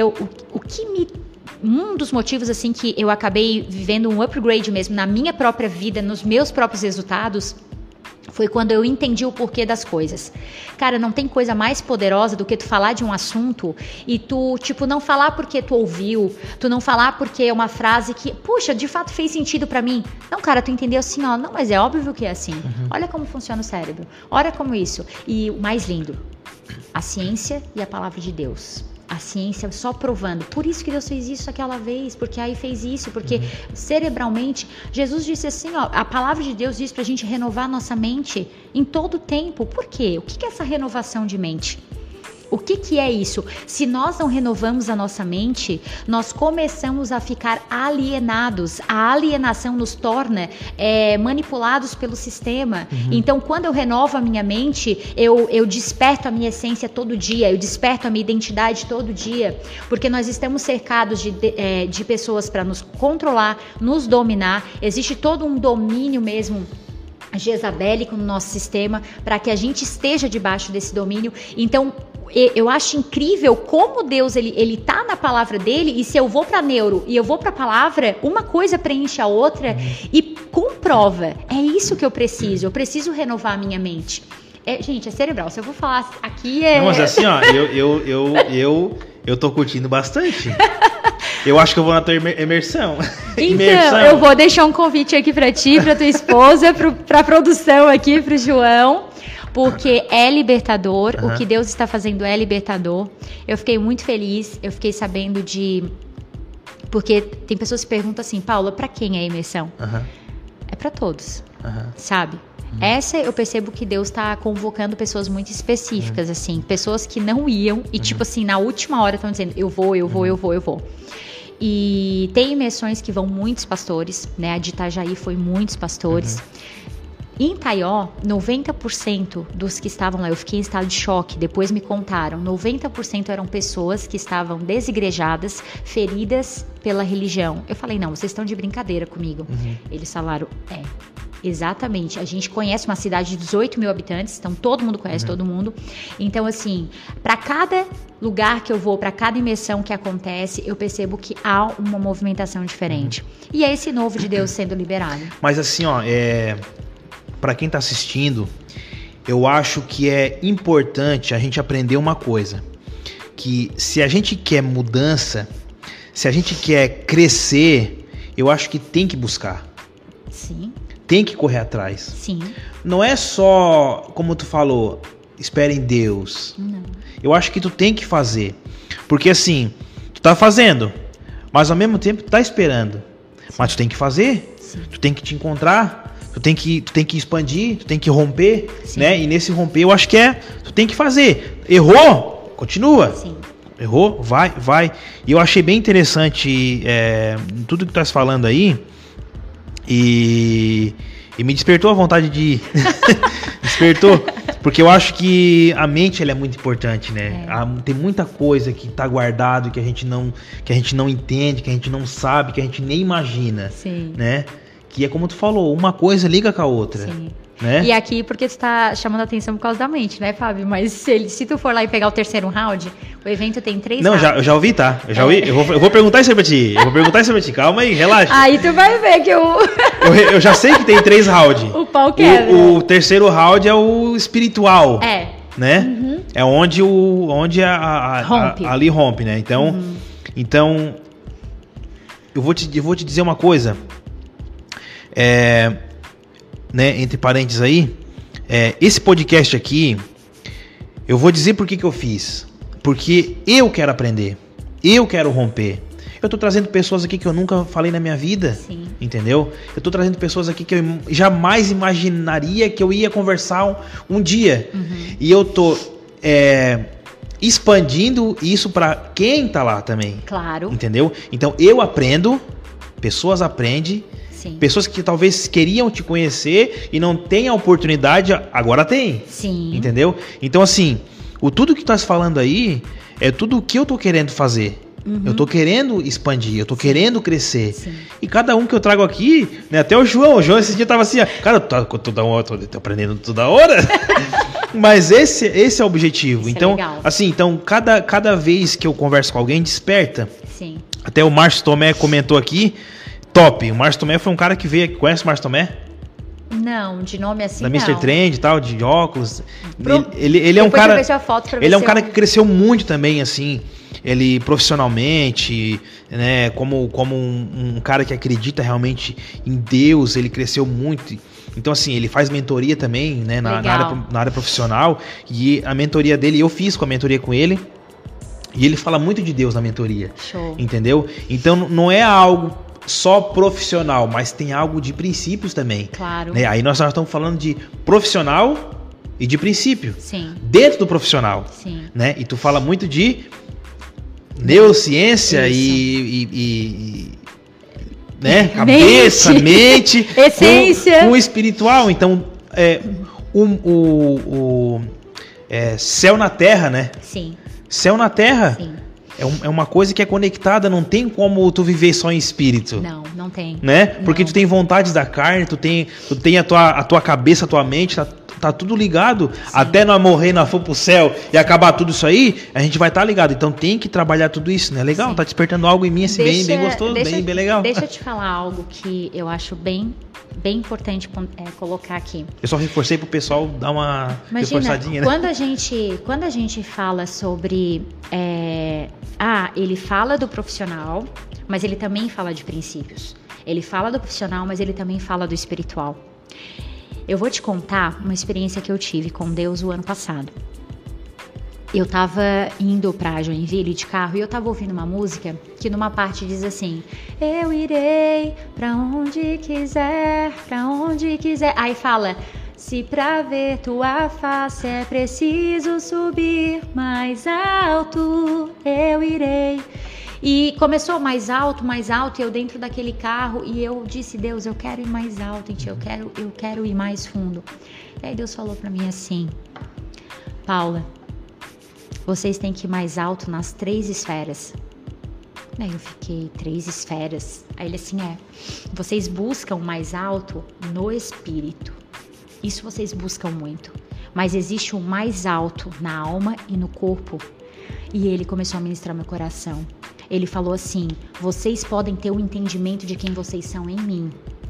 um dos motivos assim que eu acabei vivendo um upgrade mesmo na minha própria vida, nos meus próprios resultados, foi quando eu entendi o porquê das coisas. Cara, não tem coisa mais poderosa do que tu falar de um assunto e tu, não falar porque tu ouviu, tu não falar porque é uma frase que, puxa, de fato fez sentido pra mim. Não, cara, tu entendeu assim, não, mas é óbvio que é assim. Olha como funciona o cérebro. Olha como isso. E o mais lindo, a ciência e a palavra de Deus. A ciência só provando. Por isso que Deus fez isso aquela vez, porque aí fez isso, porque cerebralmente, Jesus disse assim, a palavra de Deus diz pra gente renovar nossa mente em todo o tempo. Por quê? O que é essa renovação de mente? O que é isso? Se nós não renovamos a nossa mente, nós começamos a ficar alienados. A alienação nos torna manipulados pelo sistema. Então, quando eu renovo a minha mente, eu desperto a minha essência todo dia, eu desperto a minha identidade todo dia, porque nós estamos cercados de pessoas para nos controlar, nos dominar. Existe todo um domínio mesmo jezabélico no nosso sistema para que a gente esteja debaixo desse domínio. Então, eu acho incrível como Deus ele tá na palavra dele, e se eu vou para neuro e eu vou para a palavra, uma coisa preenche a outra e comprova. É isso que eu preciso renovar a minha mente. Gente, é cerebral. Se eu vou falar aqui Não, mas assim, eu tô curtindo bastante. Eu acho que eu vou na tua imersão. Então, eu vou deixar um convite aqui pra ti, pra tua esposa, pra produção aqui, pro João, porque é libertador. O que Deus está fazendo é libertador. Eu fiquei muito feliz, eu fiquei sabendo porque tem pessoas que perguntam assim, Paula, pra quem é a imersão? É pra todos, sabe? Essa eu percebo que Deus está convocando pessoas muito específicas, assim, pessoas que não iam e tipo assim, na última hora estão dizendo, eu vou. E tem imersões que vão muitos pastores, né? A de Itajaí foi muitos pastores. Em Taió, 90% dos que estavam lá, eu fiquei em estado de choque, depois me contaram, 90% eram pessoas que estavam desigrejadas, feridas pela religião. Eu falei, não, vocês estão de brincadeira comigo. Eles falaram, exatamente, a gente conhece uma cidade de 18 mil habitantes, então todo mundo conhece todo mundo. Então, assim, para cada lugar que eu vou, para cada imersão que acontece, eu percebo que há uma movimentação diferente. E é esse novo de Deus sendo liberado. Mas assim, para quem tá assistindo, eu acho que é importante a gente aprender uma coisa. Que se a gente quer mudança, se a gente quer crescer, eu acho que tem que buscar. Sim. Tem que correr atrás. Sim. Não é só, como tu falou, espera em Deus. Não. Eu acho que tu tem que fazer. Porque assim, tu tá fazendo, mas ao mesmo tempo tu tá esperando. Sim. Mas tu tem que fazer. Sim. Tu tem que te encontrar. Tu tem que expandir. Tu tem que romper. Sim. Né? E nesse romper eu acho que tu tem que fazer. Errou? Continua. Sim. Errou? Vai. E eu achei bem interessante tudo que tu estás falando aí. E me despertou a vontade de ir. Despertou. Porque eu acho que a mente ela é muito importante, né? Tem muita coisa que tá guardado, que a gente não entende, que a gente não sabe, que a gente nem imagina. Sim. Né? Que é como tu falou, uma coisa liga com a outra. Sim. Né? E aqui, porque tu tá chamando a atenção por causa da mente, né, Fábio? Mas se tu for lá e pegar o terceiro round, o evento tem 3 rounds. Não, eu já ouvi, tá? Eu vou perguntar isso aí pra ti. Calma aí, relaxa. Aí tu vai ver que eu já sei que tem 3 rounds. O pau quebra. O terceiro round é o espiritual. Né? Uhum. É onde ali rompe, né? Então eu vou te dizer uma coisa. Né, entre parênteses aí, esse podcast aqui, eu vou dizer por que eu fiz. Porque eu quero aprender, eu quero romper. Eu tô trazendo pessoas aqui que eu nunca falei na minha vida. Sim. Entendeu? Eu tô trazendo pessoas aqui que eu jamais imaginaria que eu ia conversar um dia. Uhum. E eu tô expandindo isso para quem tá lá também. Claro. Entendeu? Então eu aprendo, pessoas aprendem. Sim. Pessoas que talvez queriam te conhecer e não tem a oportunidade, agora tem. Sim. Entendeu? Então, assim, tudo que tu estás falando aí é tudo o que eu tô querendo fazer. Uhum. Eu tô querendo expandir, eu tô querendo crescer. Sim. E cada um que eu trago aqui, né, até o João esse dia tava assim, cara, tô aprendendo toda hora. Mas esse é o objetivo. Então, é legal. Assim, cada vez que eu converso com alguém, desperta. Sim. Até o Márcio Tomé comentou aqui. Top. O Márcio Tomé foi um cara que veio... Conhece o Márcio Tomé? Não, de nome assim da Mr. Trend e tal, de óculos. Ele é um cara... Ele é um cara que cresceu muito também, assim. Ele profissionalmente, né? Como um cara que acredita realmente em Deus. Ele cresceu muito. Então, assim, ele faz mentoria também, né? Na área profissional. E a mentoria dele, eu fiz com a mentoria com ele. E ele fala muito de Deus na mentoria. Show. Entendeu? Então, não é algo... só profissional, mas tem algo de princípios também. Claro. Né? Aí nós estamos falando de profissional e de princípio. Sim. Dentro do profissional. Sim. Né? E tu fala muito de neurociência e né? Cabeça, mente, essência. Com o espiritual. Então, céu na terra, né? Sim. Céu na terra. Sim. É uma coisa que é conectada, não tem como tu viver só em espírito. Não tem. Né? Porque tu tem vontades da carne, tu tem a tua cabeça, a tua mente, tá tudo ligado. Sim. Até nós morrer, nós for pro céu e acabar tudo isso aí, a gente vai estar ligado. Então tem que trabalhar tudo isso, né? Legal, sim. Tá despertando algo em mim assim, bem gostoso, bem legal. Deixa eu te falar algo que eu acho bem importante colocar aqui. Eu só reforcei pro pessoal dar uma reforçadinha, né? Quando a gente fala sobre... ele fala do profissional, mas ele também fala de princípios. Ele fala do profissional, mas ele também fala do espiritual. Eu vou te contar uma experiência que eu tive com Deus o ano passado. Eu tava indo pra Joinville de carro e eu tava ouvindo uma música que numa parte diz assim: eu irei pra onde quiser, pra onde quiser. Aí fala: se pra ver tua face é preciso subir mais alto, eu irei. E começou mais alto, e eu dentro daquele carro, e eu disse: Deus, eu quero ir mais alto, eu quero ir mais fundo. E aí Deus falou pra mim assim: Paula, vocês têm que ir mais alto nas 3 esferas. Aí eu fiquei: 3 esferas? Aí ele assim: vocês buscam mais alto no espírito. Isso vocês buscam muito. Mas existe um mais alto na alma e no corpo. E ele começou a ministrar meu coração. Ele falou assim: vocês podem ter o entendimento de quem vocês são em mim.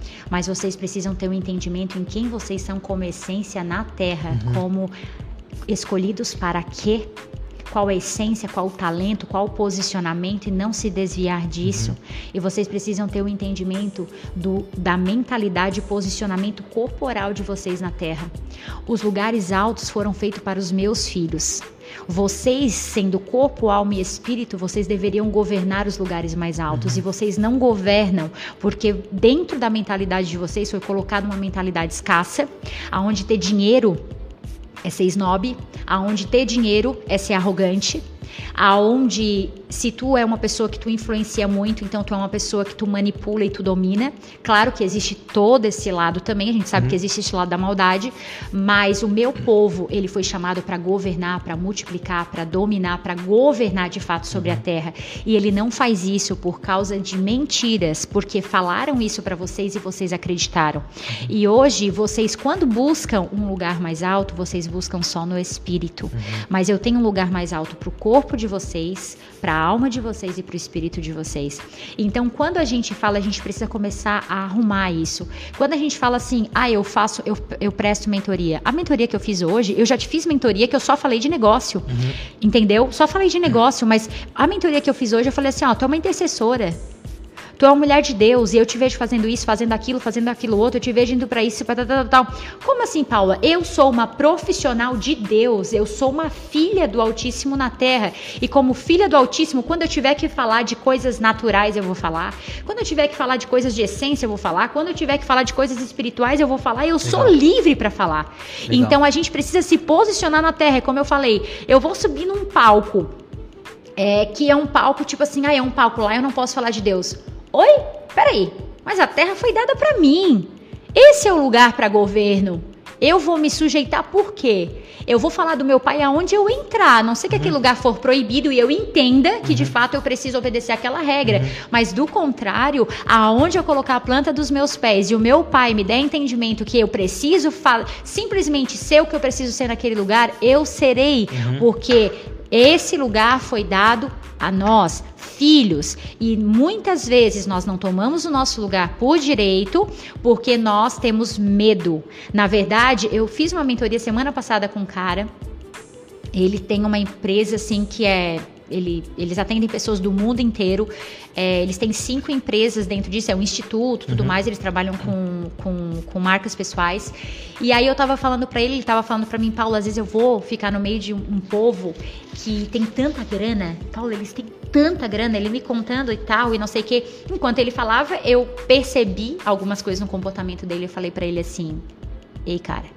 mas vocês precisam ter um entendimento em quem vocês são como essência na Terra, como escolhidos para quê? Qual a essência, qual o talento, qual o posicionamento e não se desviar disso. E vocês precisam ter um entendimento da mentalidade e posicionamento corporal de vocês na Terra. Os lugares altos foram feitos para os meus filhos. Vocês, sendo corpo, alma e espírito, vocês deveriam governar os lugares mais altos. E vocês não governam, porque dentro da mentalidade de vocês foi colocada uma mentalidade escassa, aonde ter dinheiro é ser snob, aonde ter dinheiro é ser arrogante, aonde se tu é uma pessoa que tu influencia muito, então tu é uma pessoa que tu manipula e tu domina. Claro que existe todo esse lado também, a gente sabe que existe esse lado da maldade, mas o meu povo, ele foi chamado para governar, para multiplicar, para dominar, para governar de fato sobre a terra. E ele não faz isso por causa de mentiras, porque falaram isso para vocês e vocês acreditaram. E hoje, vocês quando buscam um lugar mais alto, vocês buscam só no espírito. Mas eu tenho um lugar mais alto para o corpo de vocês, para a alma de vocês e para o espírito de vocês. Então, quando a gente fala, a gente precisa começar a arrumar isso. Quando a gente fala assim, eu presto mentoria. A mentoria que eu fiz hoje, eu já te fiz mentoria que eu só falei de negócio. Entendeu? Só falei de negócio, mas a mentoria que eu fiz hoje, eu falei assim, tu é uma intercessora. Tu é uma mulher de Deus e eu te vejo fazendo isso, fazendo aquilo outro, eu te vejo indo pra isso, tal. Como assim, Paula? Eu sou uma profissional de Deus, eu sou uma filha do Altíssimo na Terra. E como filha do Altíssimo, quando eu tiver que falar de coisas naturais, eu vou falar. Quando eu tiver que falar de coisas de essência, eu vou falar. Quando eu tiver que falar de coisas espirituais, eu vou falar. Eu sou livre pra falar. Legal. Então a gente precisa se posicionar na Terra. Como eu falei, eu vou subir num palco, que é um palco tipo assim, é um palco lá, eu não posso falar de Deus. Oi? Peraí, mas a terra foi dada para mim. Esse é o lugar para governo. Eu vou me sujeitar por quê? Eu vou falar do meu pai aonde eu entrar, a não ser que aquele lugar for proibido e eu entenda que de fato eu preciso obedecer aquela regra. Mas do contrário, aonde eu colocar a planta dos meus pés e o meu pai me der entendimento que eu preciso simplesmente ser o que eu preciso ser naquele lugar, eu serei. Porque esse lugar foi dado a nós, filhos, e muitas vezes nós não tomamos o nosso lugar por direito porque nós temos medo. Na verdade, eu fiz uma mentoria semana passada com um cara, ele tem uma empresa assim que eles atendem pessoas do mundo inteiro, eles têm 5 empresas dentro disso, é um instituto, tudo mais, eles trabalham com marcas pessoais. E aí eu tava falando pra ele tava falando pra mim, Paulo, às vezes eu vou ficar no meio de um povo que tem tanta grana, Paulo, eles têm tanta grana, ele me contando e tal, e não sei o que. Enquanto ele falava, eu percebi algumas coisas no comportamento dele, eu falei pra ele assim, ei, cara,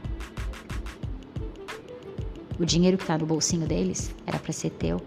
o dinheiro que tá no bolsinho deles era pra ser teu.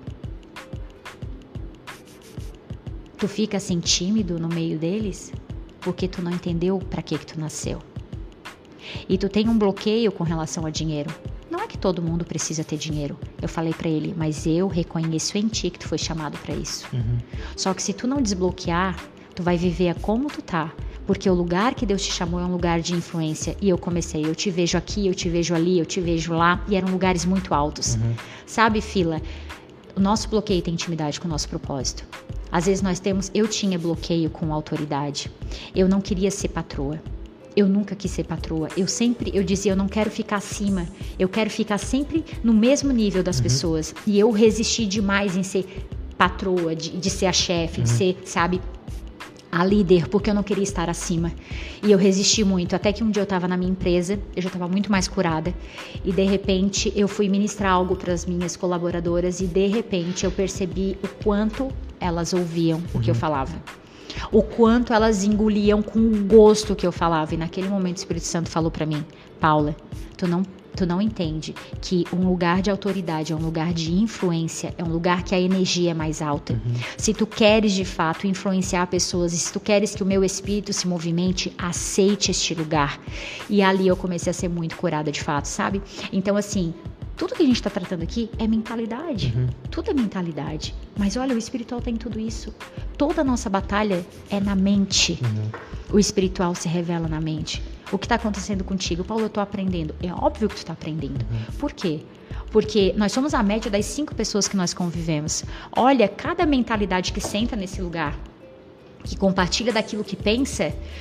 Tu fica assim tímido no meio deles porque tu não entendeu para que tu nasceu. E tu tem um bloqueio com relação a dinheiro. Não é que todo mundo precisa ter dinheiro. Eu falei para ele, mas eu reconheço em ti que tu foi chamado para isso. Só que se tu não desbloquear, tu vai viver como tu tá. Porque o lugar que Deus te chamou é um lugar de influência. E eu comecei, eu te vejo aqui, eu te vejo ali, eu te vejo lá. E eram lugares muito altos. Sabe, Fila? O nosso bloqueio tem intimidade com o nosso propósito. Às vezes eu tinha bloqueio com autoridade. Eu não queria ser patroa. Eu nunca quis ser patroa. Eu dizia, eu não quero ficar acima. Eu quero ficar sempre no mesmo nível das pessoas. E eu resisti demais em ser patroa, de ser a chefe, de ser, sabe, a líder, porque eu não queria estar acima. E eu resisti muito, até que um dia eu estava na minha empresa, eu já estava muito mais curada, e de repente eu fui ministrar algo para as minhas colaboradoras, e de repente eu percebi o quanto elas ouviam o que eu falava. O quanto elas engoliam com gosto o que eu falava. E naquele momento o Espírito Santo falou para mim, Paula, tu não entende que um lugar de autoridade é um lugar de influência, é um lugar que a energia é mais alta. Se tu queres de fato influenciar pessoas, e se tu queres que o meu espírito se movimente, aceite este lugar. E ali eu comecei a ser muito curada de fato, sabe? Então assim, tudo que a gente está tratando aqui é mentalidade. Tudo é mentalidade. Mas olha, o espiritual tem tudo isso. Toda a nossa batalha é na mente. O espiritual se revela na mente. O que está acontecendo contigo? Paulo, eu estou aprendendo. É óbvio que tu está aprendendo. Por quê? Porque nós somos a média das 5 pessoas que nós convivemos. Olha, cada mentalidade que senta nesse lugar, que compartilha daquilo que pensa,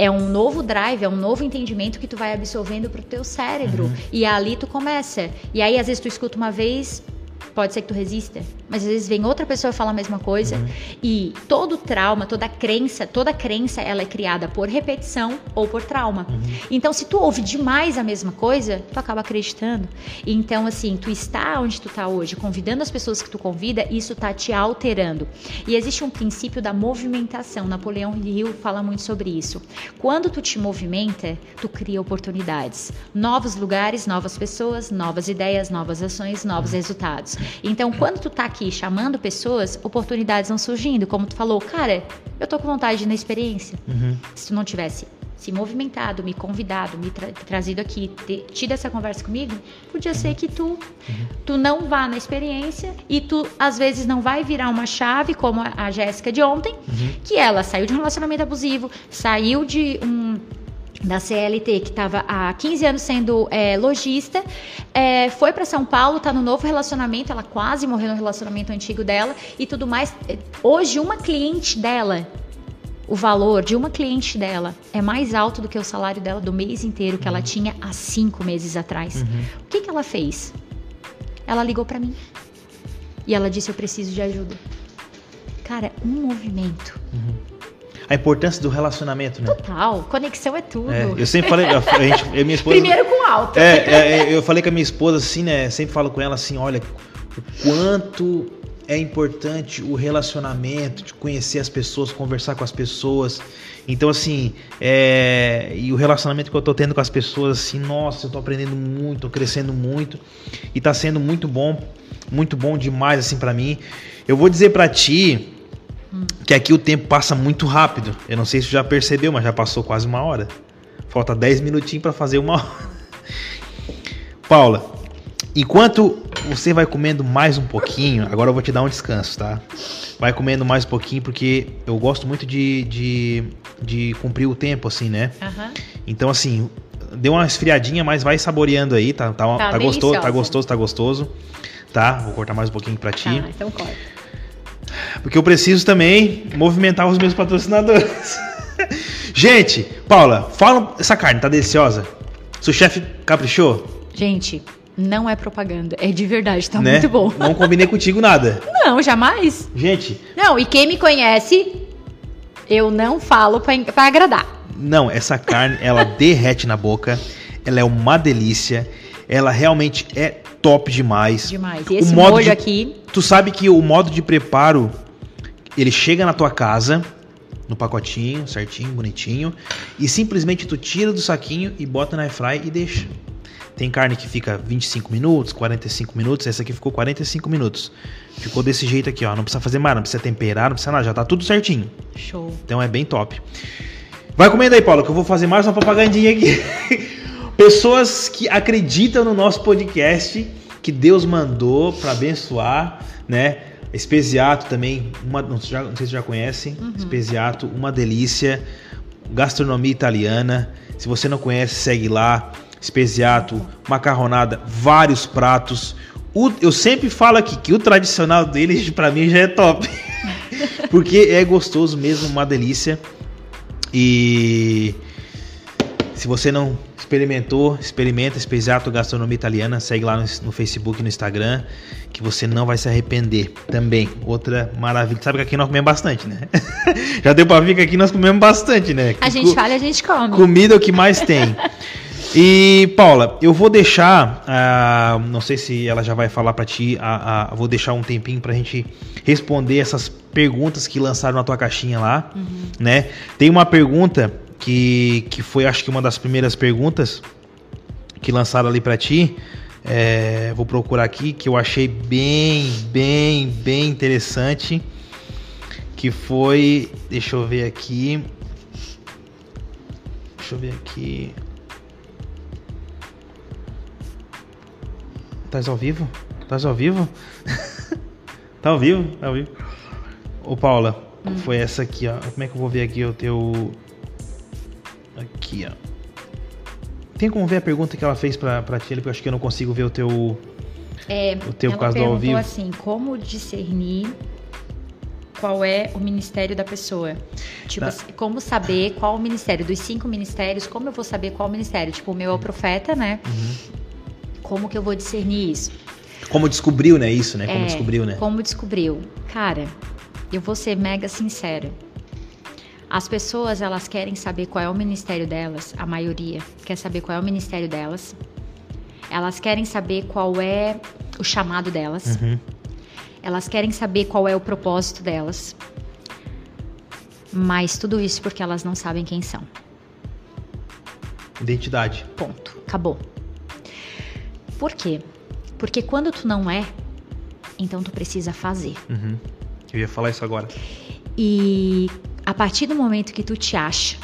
É um novo drive, é um novo entendimento que tu vai absorvendo pro teu cérebro. E ali tu começa. E aí, às vezes, tu escuta uma vez, pode ser que tu resista, mas às vezes vem outra pessoa e fala a mesma coisa. E todo trauma, toda crença, ela é criada por repetição ou por trauma. Então, se tu ouve demais a mesma coisa, tu acaba acreditando. Então, assim, tu está onde tu tá hoje, convidando as pessoas que tu convida, isso tá te alterando. E existe um princípio da movimentação. Napoleão Hill fala muito sobre isso. Quando tu te movimenta, tu cria oportunidades. Novos lugares, novas pessoas, novas ideias, novas ações, novos resultados. Então, quando tu tá aqui chamando pessoas, oportunidades vão surgindo. Como tu falou, cara, eu tô com vontade de ir na experiência. Se tu não tivesse se movimentado, me convidado, me trazido aqui, tido essa conversa comigo, podia ser que tu não vá na experiência e tu, às vezes, não vai virar uma chave, como a Jéssica de ontem, que ela saiu de um relacionamento abusivo, saiu da CLT, que estava há 15 anos sendo lojista, foi para São Paulo, está no novo relacionamento, ela quase morreu no relacionamento antigo dela e tudo mais. Hoje, uma cliente dela, o valor de uma cliente dela é mais alto do que o salário dela do mês inteiro que ela tinha há 5 meses atrás. O que ela fez? Ela ligou para mim e ela disse, eu preciso de ajuda. Cara, um movimento. A importância do relacionamento, né? Total, conexão é tudo. Eu sempre falei, eu minha esposa... Primeiro com alto. Eu falei com a minha esposa assim, né? Sempre falo com ela assim, olha, o quanto é importante o relacionamento, de conhecer as pessoas, conversar com as pessoas. Então, assim, e o relacionamento que eu tô tendo com as pessoas, assim, nossa, eu tô aprendendo muito, tô crescendo muito e tá sendo muito bom demais, assim, pra mim. Eu vou dizer pra ti que aqui o tempo passa muito rápido. Eu não sei se você já percebeu, mas já passou quase 1 hora. Falta 10 minutinhos para fazer 1 hora. Paula, enquanto você vai comendo mais um pouquinho, agora eu vou te dar um descanso, tá? Vai comendo mais um pouquinho, porque eu gosto muito de cumprir o tempo, assim, né? Então, assim, deu uma esfriadinha, mas vai saboreando aí, tá gostoso. Tá? Vou cortar mais um pouquinho pra ti. Tá, então corta. Porque eu preciso também movimentar os meus patrocinadores. Gente, Paula, fala, essa carne tá deliciosa? Seu chefe caprichou? Gente, não é propaganda, é de verdade, tá muito bom. Não combinei contigo nada. Não, jamais. Gente. Não, e quem me conhece, eu não falo pra agradar. Não, essa carne, ela derrete na boca, ela é uma delícia, ela realmente é top demais. Demais. E esse molho aqui... Tu sabe que o modo de preparo, ele chega na tua casa, no pacotinho, certinho, bonitinho, e simplesmente tu tira do saquinho e bota na airfry e deixa. Tem carne que fica 25 minutos, 45 minutos, essa aqui ficou 45 minutos. Ficou desse jeito aqui, ó, não precisa fazer mais, não precisa temperar, não precisa nada, já tá tudo certinho. Show. Então é bem top. Vai comendo aí, Paulo, que eu vou fazer mais uma propagandinha aqui. Pessoas que acreditam no nosso podcast, que Deus mandou para abençoar, né? Speziato também, não sei se você já conhece, Speziato, uma delícia, gastronomia italiana. Se você não conhece, segue lá. Speziato, macarronada, vários pratos. Eu sempre falo aqui que o tradicional deles, para mim, já é top. Porque é gostoso mesmo, uma delícia. E se você não experimentou, experimenta Speziato Gastronomia Italiana, segue lá no Facebook e no Instagram, que você não vai se arrepender também. Outra maravilha. Sabe que aqui nós comemos bastante, né? Já deu pra ver que aqui nós comemos bastante, né? A gente fala e a gente come. Comida é o que mais tem. E, Paula, eu vou deixar, não sei se ela já vai falar pra ti, vou deixar um tempinho pra gente responder essas perguntas que lançaram na tua caixinha lá, né? Tem uma pergunta que foi, acho que uma das primeiras perguntas que lançaram ali pra ti, vou procurar aqui, que eu achei bem interessante, que foi, deixa eu ver aqui, Estás ao vivo? Tá ao vivo? Ô, Paula, foi essa aqui, ó. Como é que eu vou ver aqui o teu... Aqui, ó. Tem como ver a pergunta que ela fez pra ti, porque eu acho que eu não consigo ver o teu caso do ao vivo. Ela perguntou assim, como discernir qual é o ministério da pessoa. Tipo, assim, como saber qual o ministério. Dos 5 ministérios, como eu vou saber qual o ministério? Tipo, o meu é o profeta, né? Como que eu vou discernir isso? Como descobriu, né? Isso, né? Como descobriu, né? Como descobriu. Cara, eu vou ser mega sincera. As pessoas, elas querem saber qual é o ministério delas. A maioria quer saber qual é o ministério delas. Elas querem saber qual é o chamado delas. Elas querem saber qual é o propósito delas. Mas tudo isso porque elas não sabem quem são. Identidade. Ponto. Acabou. Por quê? Porque quando tu não é, então tu precisa fazer. Eu ia falar isso agora. E a partir do momento que tu te acha.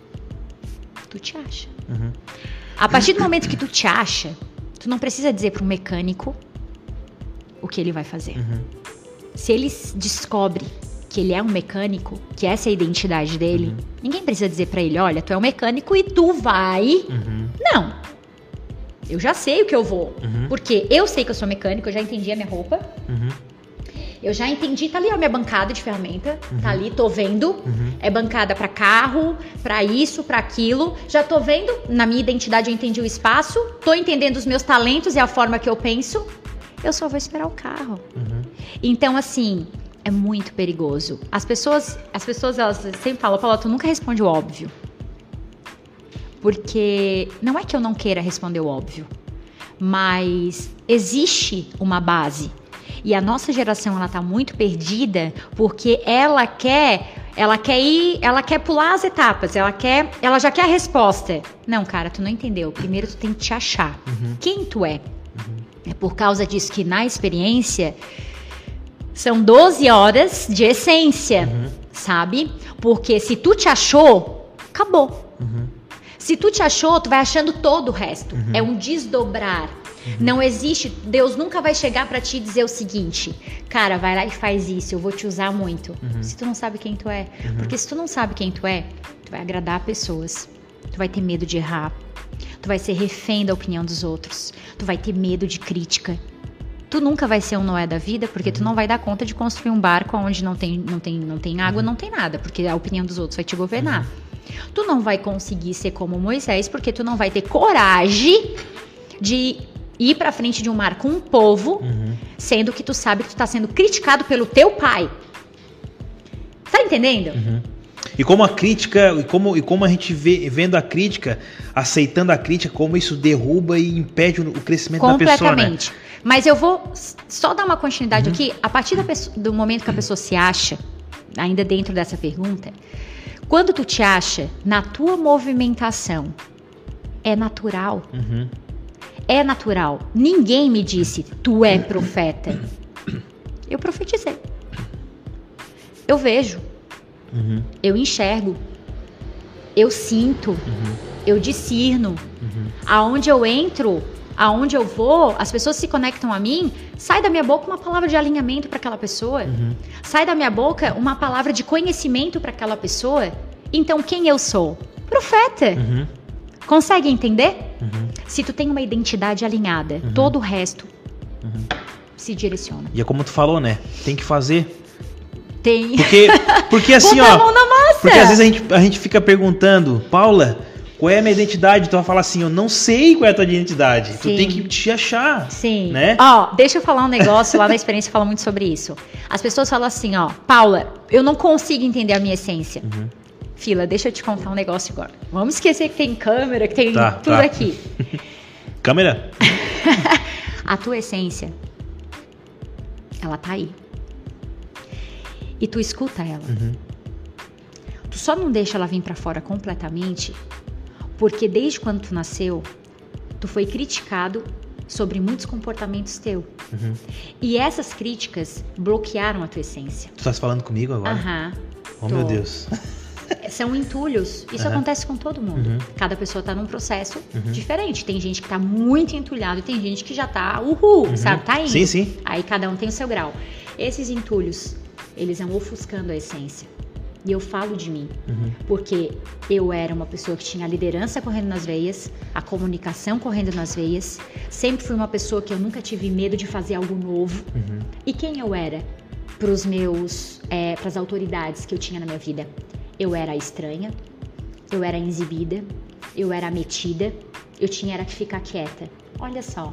A partir do momento que tu te acha, tu não precisa dizer para um mecânico o que ele vai fazer. Se ele descobre que ele é um mecânico, que essa é a identidade dele, ninguém precisa dizer para ele, olha, tu é um mecânico e tu vai... Não. Eu já sei o que eu vou. Porque eu sei que eu sou mecânico, eu já entendi a minha roupa. Eu já entendi, tá ali a minha bancada de ferramenta, tá ali, tô vendo. É bancada para carro, para isso, para aquilo. Já tô vendo, na minha identidade eu entendi o espaço, tô entendendo os meus talentos e a forma que eu penso. Eu só vou esperar o carro. Então, assim, é muito perigoso. As pessoas elas sempre falam, Paula, tu nunca responde o óbvio. Porque não é que eu não queira responder o óbvio, mas existe uma base. E a nossa geração, ela tá muito perdida porque ela quer pular as etapas, ela já quer a resposta. Não, cara, tu não entendeu. Primeiro tu tem que te achar. Quem tu é? É por causa disso que na experiência são 12 horas de essência, sabe? Porque se tu te achou, acabou. Se tu te achou, tu vai achando todo o resto. É um desdobrar. Não existe, Deus nunca vai chegar pra ti e dizer o seguinte, cara, vai lá e faz isso, eu vou te usar muito. Se tu não sabe quem tu é. Porque se tu não sabe quem tu é, tu vai agradar pessoas. Tu vai ter medo de errar. Tu vai ser refém da opinião dos outros. Tu vai ter medo de crítica. Tu nunca vai ser um Noé da vida, porque tu não vai dar conta de construir um barco onde não tem água, não tem nada, porque a opinião dos outros vai te governar. Tu não vai conseguir ser como Moisés, porque tu não vai ter coragem de ir pra frente de um mar com um povo, sendo que tu sabe que tu tá sendo criticado pelo teu pai. Tá entendendo? E como a crítica, e como a gente vê, vendo a crítica, aceitando a crítica, como isso derruba e impede o crescimento da pessoa, né? Completamente. Mas eu vou só dar uma continuidade aqui. A partir do momento que a pessoa se acha, ainda dentro dessa pergunta, quando tu te acha, na tua movimentação, é natural. É natural. Ninguém me disse, tu é profeta. Eu profetizei. Eu vejo. Eu enxergo. Eu sinto. Eu discerno. Aonde eu entro, aonde eu vou, as pessoas se conectam a mim, sai da minha boca uma palavra de alinhamento para aquela pessoa. Sai da minha boca uma palavra de conhecimento para aquela pessoa. Então, quem eu sou? Profeta. Consegue entender? Se tu tem uma identidade alinhada, todo o resto se direciona. E é como tu falou, né? Tem que fazer. Tem. Porque assim, Bota a mão na massa. Porque às vezes a gente fica perguntando, Paula, qual é a minha identidade? Tu vai falar assim, eu não sei qual é a tua identidade. Sim. Tu tem que te achar. Sim. Né? Ó, deixa eu falar um negócio, lá na experiência fala muito sobre isso. As pessoas falam assim, ó, Paula, eu não consigo entender a minha essência. Fila, deixa eu te contar um negócio agora. Vamos esquecer que tem câmera, que tem tudo aqui. Câmera? A tua essência, ela tá aí. E tu escuta ela. Tu só não deixa ela vir pra fora completamente, porque desde quando tu nasceu, tu foi criticado sobre muitos comportamentos teus. E essas críticas bloquearam a tua essência. Tu estás falando comigo agora? Oh, meu Deus. São entulhos. Isso acontece com todo mundo. Cada pessoa tá num processo diferente. Tem gente que tá muito entulhado e tem gente que já tá sabe? Tá indo. Sim, sim. Aí cada um tem o seu grau. Esses entulhos, eles vão ofuscando a essência. E eu falo de mim, porque eu era uma pessoa que tinha a liderança correndo nas veias, a comunicação correndo nas veias, sempre fui uma pessoa que eu nunca tive medo de fazer algo novo. E quem eu era? para as autoridades que eu tinha na minha vida. Eu era estranha, eu era exibida, eu era metida, eu era que ficar quieta. Olha só,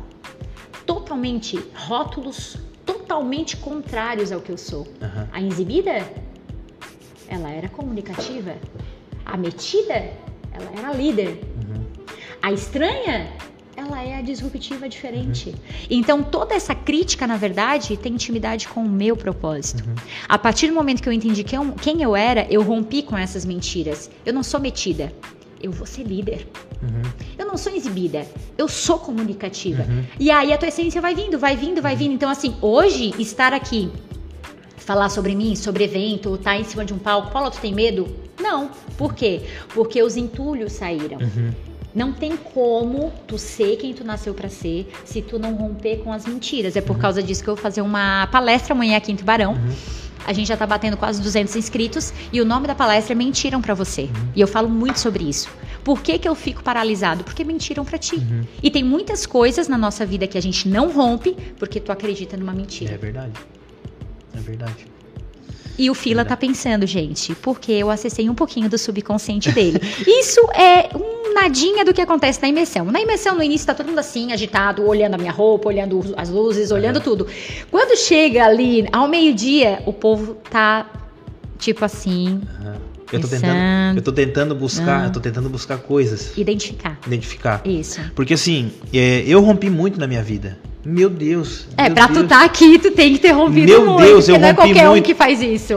rótulos totalmente contrários ao que eu sou. Uhum. A exibida, ela era comunicativa. A metida, ela era líder. Uhum. A estranha, ela é a disruptiva diferente. Uhum. Então, toda essa crítica, na verdade, tem intimidade com o meu propósito. Uhum. A partir do momento que eu entendi quem eu era, eu rompi com essas mentiras. Eu não sou metida, eu vou ser líder. Uhum. Eu não sou exibida, eu sou comunicativa. Uhum. E aí a tua essência vai vindo. Então, assim, hoje, estar aqui, falar sobre mim, sobre evento, estar em cima de um palco, Paula, tu tem medo? Não. Por quê? Porque os entulhos saíram. Uhum. Não tem como tu ser quem tu nasceu pra ser se tu não romper com as mentiras. É por causa disso que eu vou fazer uma palestra amanhã aqui em Tubarão. Uhum. A gente já tá batendo quase 200 inscritos e o nome da palestra é Mentiram Pra Você. Uhum. E eu falo muito sobre isso. Por que eu fico paralisado? Porque mentiram pra ti. Uhum. E tem muitas coisas na nossa vida que a gente não rompe porque tu acredita numa mentira. É verdade. É verdade. E o Fila tá pensando, gente, porque eu acessei um pouquinho do subconsciente dele. Isso é nadinha do que acontece na imersão. Na imersão, no início, tá todo mundo assim, agitado, olhando a minha roupa, olhando as luzes, olhando tudo. Quando chega ali, ao meio-dia, o povo tá, tipo assim... Eu tô tentando buscar coisas. Identificar. Isso. Porque assim, eu rompi muito na minha vida. Meu Deus. Pra tu tá aqui, tu tem que ter rompido muito. Meu Deus, eu rompi muito. Não é qualquer um que faz isso.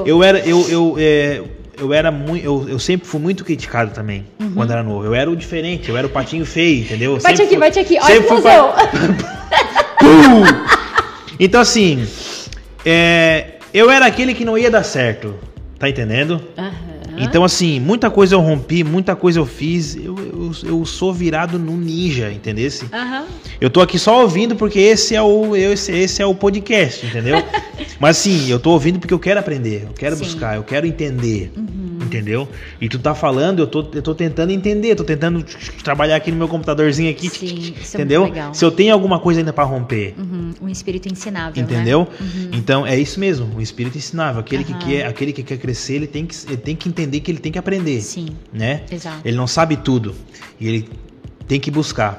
Eu sempre fui muito criticado também, quando era novo. Eu era o diferente, eu era o patinho feio, entendeu? Bate aqui. Olha a explosão. Então assim, eu era aquele que não ia dar certo. Tá entendendo? Então, assim, muita coisa eu rompi, muita coisa eu fiz. Eu sou virado no ninja, entendesse? Eu tô aqui só ouvindo porque esse é o podcast, entendeu? Mas, assim, eu tô ouvindo porque eu quero aprender, eu quero buscar, eu quero entender, entendeu? E tu tá falando, eu tô tentando entender, tô tentando trabalhar aqui no meu computadorzinho aqui, entendeu? É muito legal. Se eu tenho alguma coisa ainda pra romper. Um espírito ensinável, entendeu? Né? Então, é isso mesmo, um espírito ensinável. Aquele que quer crescer, ele tem que entender que ele tem que aprender. Sim. Né? Exato. Ele não sabe tudo. E ele tem que buscar.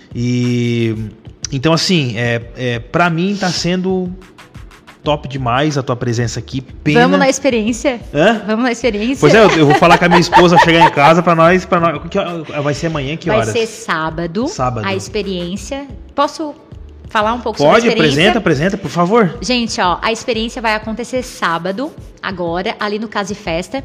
E então, assim, pra mim tá sendo top demais a tua presença aqui. Pena. Vamos na experiência? Vamos na experiência? Pois eu vou falar com a minha esposa chegar em casa pra nós. Vai ser amanhã, que horas? Vai ser sábado. A experiência. Posso falar um pouco sobre a experiência? Apresenta, por favor. Gente, a experiência vai acontecer sábado, agora, ali no Casa e Festa.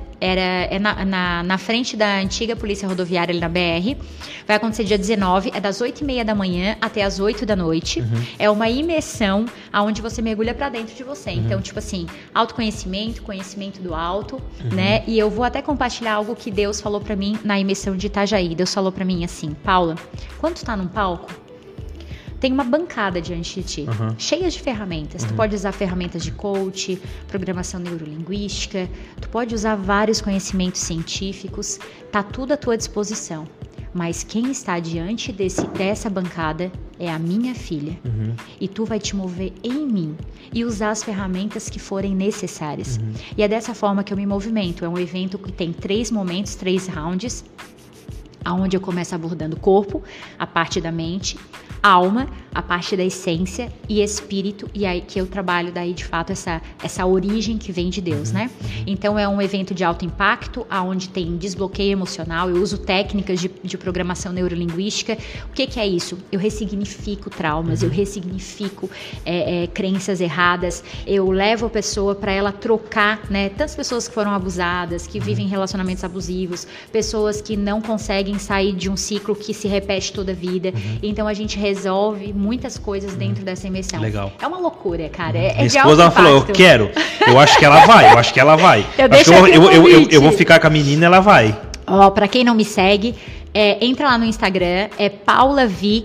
Na frente da antiga Polícia Rodoviária, ali na BR. Vai acontecer dia 19, é das 8h30 da manhã até as 8 da noite. É uma imersão onde você mergulha pra dentro de você. Então, tipo assim, autoconhecimento, conhecimento do alto, né? E eu vou até compartilhar algo que Deus falou pra mim na imersão de Itajaí. Deus falou pra mim assim: Paula, quando tu tá num palco, tem uma bancada diante de ti, cheia de ferramentas. Tu pode usar ferramentas de coach, programação neurolinguística, tu pode usar vários conhecimentos científicos, tá tudo à tua disposição. Mas quem está diante dessa bancada é a minha filha. E tu vai te mover em mim e usar as ferramentas que forem necessárias. E é dessa forma que eu me movimento. É um evento que tem 3 momentos, 3 rounds, onde eu começo abordando corpo, a parte da mente, alma, a parte da essência e espírito, e aí que eu trabalho daí de fato essa origem que vem de Deus, né? Então é um evento de alto impacto, onde tem desbloqueio emocional, eu uso técnicas de programação neurolinguística. O que é isso? Eu ressignifico traumas, eu ressignifico crenças erradas, eu levo a pessoa para ela trocar, né? Tantas pessoas que foram abusadas, que vivem relacionamentos abusivos, pessoas que não conseguem sair de um ciclo que se repete toda a vida. Então a gente resolve muitas coisas dentro dessa imersão. Legal. É uma loucura, cara. Minha esposa ela falou, eu quero. Eu acho que ela vai. Eu vou ficar com a menina, ela vai. Pra quem não me segue, Entra lá no Instagram, PaulaVi,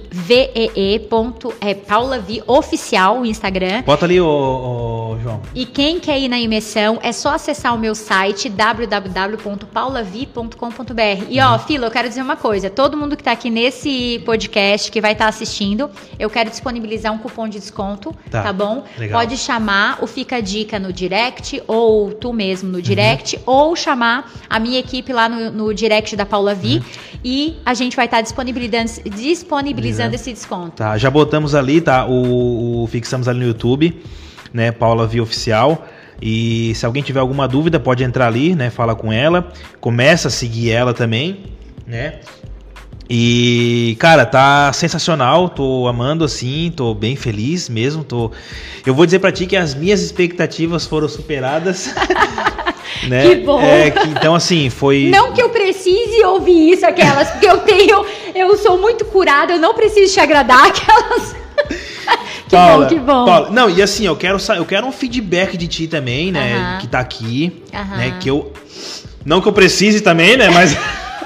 PaulaVi Oficial, o Instagram. Bota ali, João. E quem quer ir na imersão, é só acessar o meu site, www.paulavi.com.br. E Fila, eu quero dizer uma coisa, todo mundo que tá aqui nesse podcast, que vai estar assistindo, eu quero disponibilizar um cupom de desconto, tá bom? Legal. Pode chamar o Fica a Dica no direct, ou tu mesmo no direct, ou chamar a minha equipe lá no direct da PaulaVi, e a gente vai estar disponibilizando esse desconto. Tá, já botamos ali, tá? Fixamos ali no YouTube, né? PaulaVi Oficial. E se alguém tiver alguma dúvida, pode entrar ali, né? Fala com ela. Começa a seguir ela também, né? E, cara, tá sensacional. Tô amando, assim. Tô bem feliz mesmo. Eu vou dizer pra ti que as minhas expectativas foram superadas. Né? Que bom. Então, assim, foi... Não que eu precise ouvir isso, aquelas, porque eu sou muito curada, eu não preciso te agradar, aquelas... Que bom. Paula, não, e assim, eu quero um feedback de ti também, né? Que tá aqui, né? Não que eu precise também, né? Mas...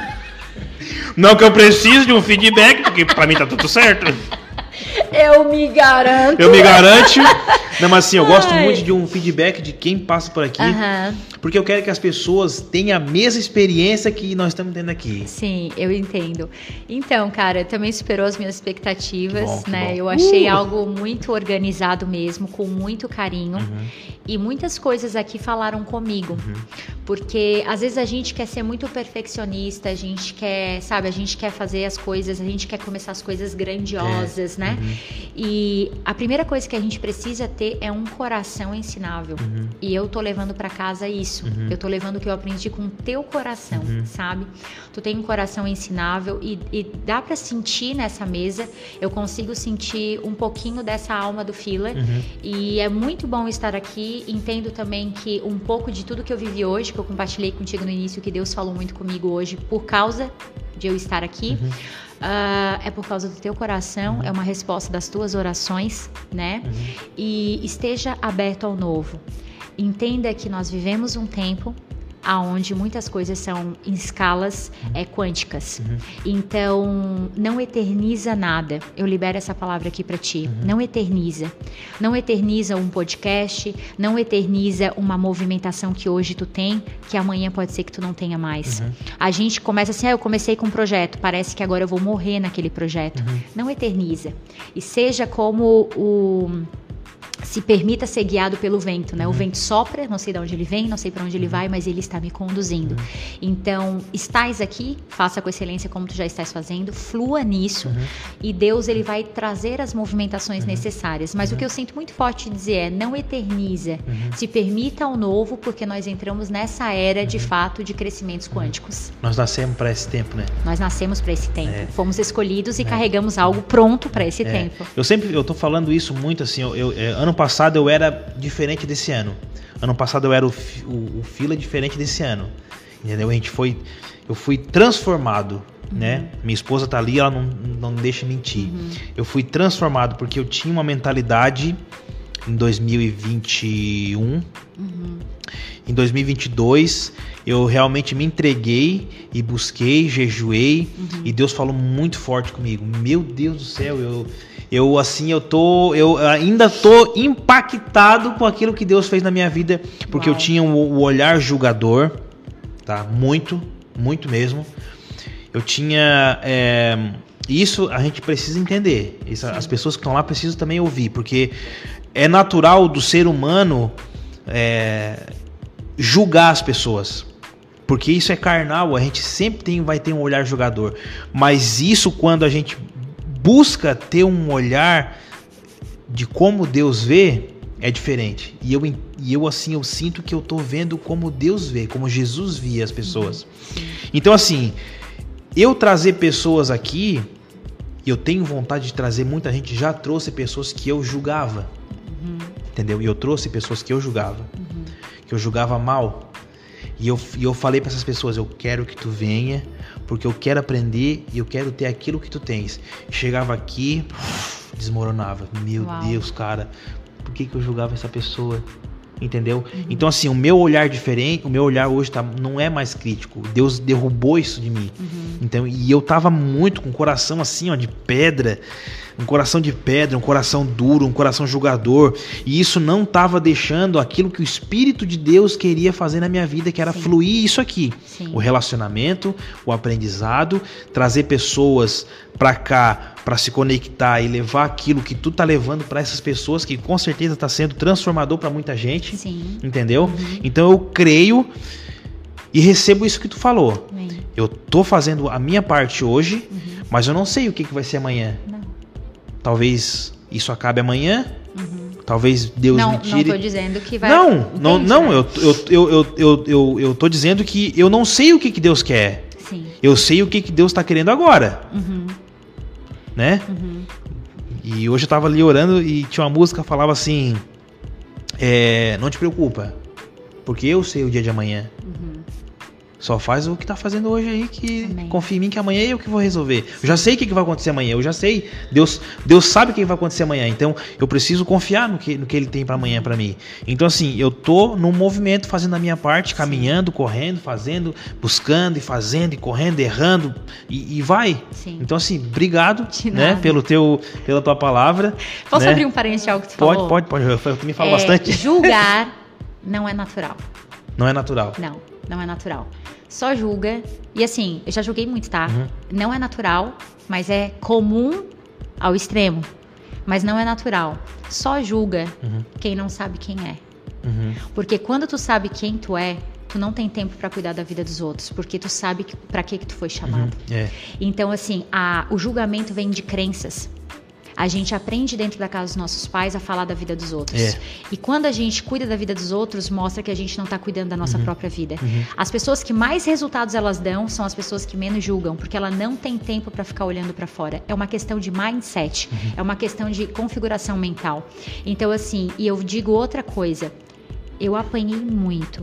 não que eu precise de um feedback, porque pra mim tá tudo certo. Eu me garanto. Não, mas assim, eu gosto muito de um feedback de quem passa por aqui, porque eu quero que as pessoas tenham a mesma experiência que nós estamos tendo aqui. Sim, eu entendo. Então, cara, também superou as minhas expectativas, né? Eu achei algo muito organizado mesmo, com muito carinho. E muitas coisas aqui falaram comigo. Porque às vezes a gente quer ser muito perfeccionista, a gente quer fazer as coisas, a gente quer começar as coisas grandiosas, né? E a primeira coisa que a gente precisa ter é um coração ensinável. E eu tô levando pra casa isso. Eu tô levando o que eu aprendi com o teu coração, sabe? Tu tem um coração ensinável e dá pra sentir nessa mesa, eu consigo sentir um pouquinho dessa alma do Fila. E é muito bom estar aqui. Entendo também que um pouco de tudo que eu vivi hoje, que eu compartilhei contigo no início, que Deus falou muito comigo hoje por causa de eu estar aqui. É por causa do teu coração, é uma resposta das tuas orações, né? E esteja aberto ao novo. Entenda que nós vivemos um tempo aonde muitas coisas são em escalas quânticas. Então, não eterniza nada. Eu libero essa palavra aqui para ti. Não eterniza. Não eterniza um podcast, não eterniza uma movimentação que hoje tu tem, que amanhã pode ser que tu não tenha mais. A gente começa assim, eu comecei com um projeto, parece que agora eu vou morrer naquele projeto. Não eterniza. E seja como se permita ser guiado pelo vento, né? O vento sopra, não sei de onde ele vem, não sei para onde ele vai, mas ele está me conduzindo. Então, estás aqui, faça com excelência como tu já estás fazendo, flua nisso e Deus, ele vai trazer as movimentações necessárias. Mas o que eu sinto muito forte dizer é, não eterniza, se permita ao novo, porque nós entramos nessa era, de fato, de crescimentos quânticos. Nós nascemos para esse tempo, né? Nós nascemos para esse tempo. Fomos escolhidos e carregamos algo pronto para esse tempo. Eu tô falando isso muito assim, ano passado eu era diferente desse ano. Ano passado eu era o Fila diferente desse ano. Entendeu? Eu fui transformado, né? Minha esposa tá ali, ela não deixa mentir. Eu fui transformado porque eu tinha uma mentalidade em 2021. Em 2022, eu realmente me entreguei e busquei, jejuei, e Deus falou muito forte comigo. Meu Deus do céu, eu ainda tô impactado com aquilo que Deus fez na minha vida, porque eu tinha o olhar julgador, tá? Muito, muito mesmo. Eu tinha... isso a gente precisa entender. As pessoas que estão lá precisam também ouvir, porque é natural do ser humano julgar as pessoas. Porque isso é carnal, a gente sempre vai ter um olhar julgador. Mas isso, quando a gente busca ter um olhar de como Deus vê, é diferente. E eu sinto que eu tô vendo como Deus vê, como Jesus via as pessoas. Então, assim, eu trazer pessoas aqui, eu tenho vontade de trazer muita gente, já trouxe pessoas que eu julgava. Entendeu? E eu trouxe pessoas que eu julgava. Que eu julgava mal. E eu falei para essas pessoas, eu quero que tu venha, porque eu quero aprender e eu quero ter aquilo que tu tens. Chegava aqui, desmoronava. Meu Deus, cara, por que eu julgava essa pessoa? Entendeu? Então, assim, o meu olhar diferente, o meu olhar hoje não é mais crítico. Deus derrubou isso de mim. Então, e eu tava muito com o coração assim, ó, de pedra. Um coração de pedra, um coração duro, um coração julgador. E isso não tava deixando aquilo que o Espírito de Deus queria fazer na minha vida, que era fluir isso aqui. Sim. O relacionamento, o aprendizado, trazer pessoas pra cá, para se conectar e levar aquilo que tu tá levando para essas pessoas, que com certeza tá sendo transformador para muita gente. Sim. Entendeu? Então eu creio e recebo isso que tu falou. Amém. Eu tô fazendo a minha parte hoje, mas eu não sei o que vai ser amanhã. Não. Talvez isso acabe amanhã. Talvez Deus me tire. Não tô dizendo que vai. Não. Eu tô dizendo que eu não sei o que Deus quer. Sim. Eu sei o que Deus tá querendo agora. Né? E hoje eu tava ali orando e tinha uma música que falava assim: não te preocupa, porque eu sei o dia de amanhã. Só faz o que tá fazendo hoje aí, que Amém. Confia em mim que amanhã é eu que vou resolver. Eu já sei o que vai acontecer amanhã, eu já sei. Deus sabe o que vai acontecer amanhã, então eu preciso confiar no que Ele tem para amanhã para mim. Então assim, eu tô num movimento fazendo a minha parte, caminhando, correndo, fazendo, buscando e fazendo e correndo, errando e vai. Sim. Então assim, obrigado, né, pela tua palavra. Posso né? abrir um parênteses de algo que tu falou? Pode, tu me fala bastante. Julgar não é natural. Não é natural. Não é natural. Só julga. E assim, eu já julguei muito, tá? Não é natural, mas é comum ao extremo. Mas não é natural. Só julga quem não sabe quem é. Porque quando tu sabe quem tu é, tu não tem tempo pra cuidar da vida dos outros. Porque tu sabe pra que tu foi chamado. Então, assim, o julgamento vem de crenças. A gente aprende dentro da casa dos nossos pais a falar da vida dos outros. E quando a gente cuida da vida dos outros, mostra que a gente não está cuidando da nossa própria vida. As pessoas que mais resultados elas dão são as pessoas que menos julgam, porque ela não tem tempo para ficar olhando para fora. É uma questão de mindset, é uma questão de configuração mental. Então, assim, e eu digo outra coisa, eu apanhei muito.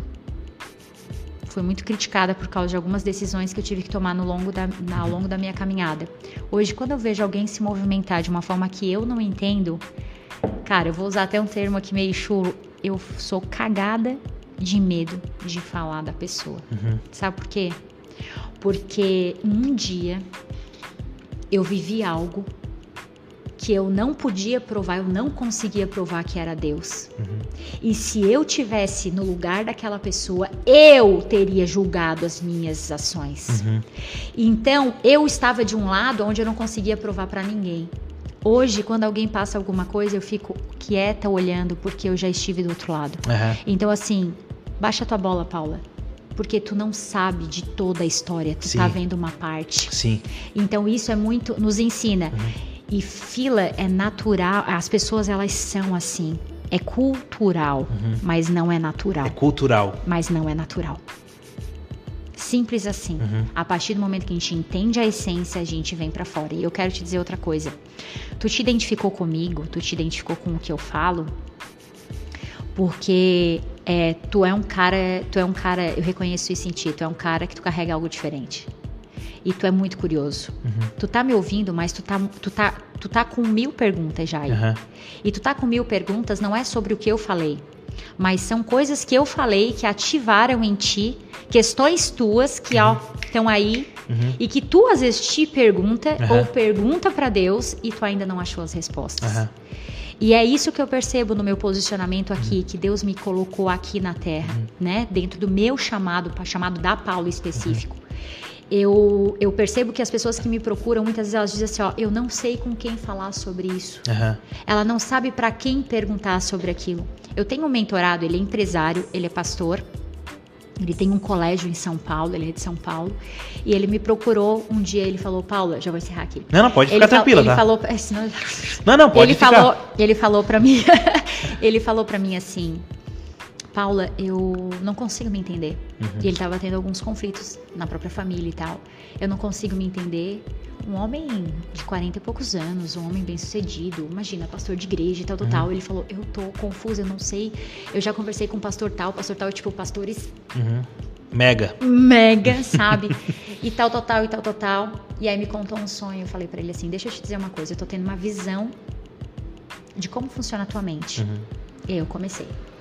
Fui muito criticada por causa de algumas decisões que eu tive que tomar ao longo da minha caminhada. Hoje, quando eu vejo alguém se movimentar de uma forma que eu não entendo, cara, eu vou usar até um termo aqui meio chulo, eu sou cagada de medo de falar da pessoa. Sabe por quê? Porque um dia eu vivi algo que eu não podia provar, eu não conseguia provar que era Deus. E se eu tivesse no lugar daquela pessoa, eu teria julgado as minhas ações. Então, eu estava de um lado onde eu não conseguia provar para ninguém. Hoje, quando alguém passa alguma coisa, eu fico quieta olhando, porque eu já estive do outro lado. Então, assim, baixa a tua bola, Paula. Porque tu não sabe de toda a história, tu tá vendo uma parte. Sim. Então, isso é muito, nos ensina. E fila é natural, as pessoas elas são assim, é cultural, mas não é natural. É cultural. Mas não é natural. Simples assim. A partir do momento que a gente entende a essência, a gente vem pra fora. E eu quero te dizer outra coisa. Tu te identificou comigo, tu te identificou com o que eu falo, porque tu é um cara, eu reconheço isso em ti, tu é um cara que tu carrega algo diferente. E tu é muito curioso. Tu tá me ouvindo, mas tu tá com 1000 perguntas já aí. E tu tá com 1000 perguntas não é sobre o que eu falei, mas são coisas que eu falei que ativaram em ti, questões tuas que estão aí e que tu às vezes te pergunta ou pergunta pra Deus e tu ainda não achou as respostas. E é isso que eu percebo no meu posicionamento aqui, que Deus me colocou aqui na Terra, né? Dentro do meu chamado da Paula específico. Eu percebo que as pessoas que me procuram, muitas vezes elas dizem assim, eu não sei com quem falar sobre isso. Ela não sabe para quem perguntar sobre aquilo. Eu tenho um mentorado, ele é empresário, ele é pastor, ele tem um colégio em São Paulo, ele é de São Paulo, e ele me procurou um dia, ele falou, Paula, já vou encerrar aqui. Não, pode ficar tranquila, tá? Ele falou, pode ficar. Ele falou pra mim, ele falou pra mim assim, Paula, eu não consigo me entender. E ele estava tendo alguns conflitos na própria família e tal. Eu não consigo me entender. Um homem de 40 e poucos anos, um homem bem sucedido, imagina, pastor de igreja e tal. Ele falou, eu tô confusa, eu não sei. Eu já conversei com o pastor tal, tipo, pastores... Mega, sabe? E tal. E aí me contou um sonho, eu falei pra ele assim, deixa eu te dizer uma coisa, eu tô tendo uma visão de como funciona a tua mente. E aí eu comecei.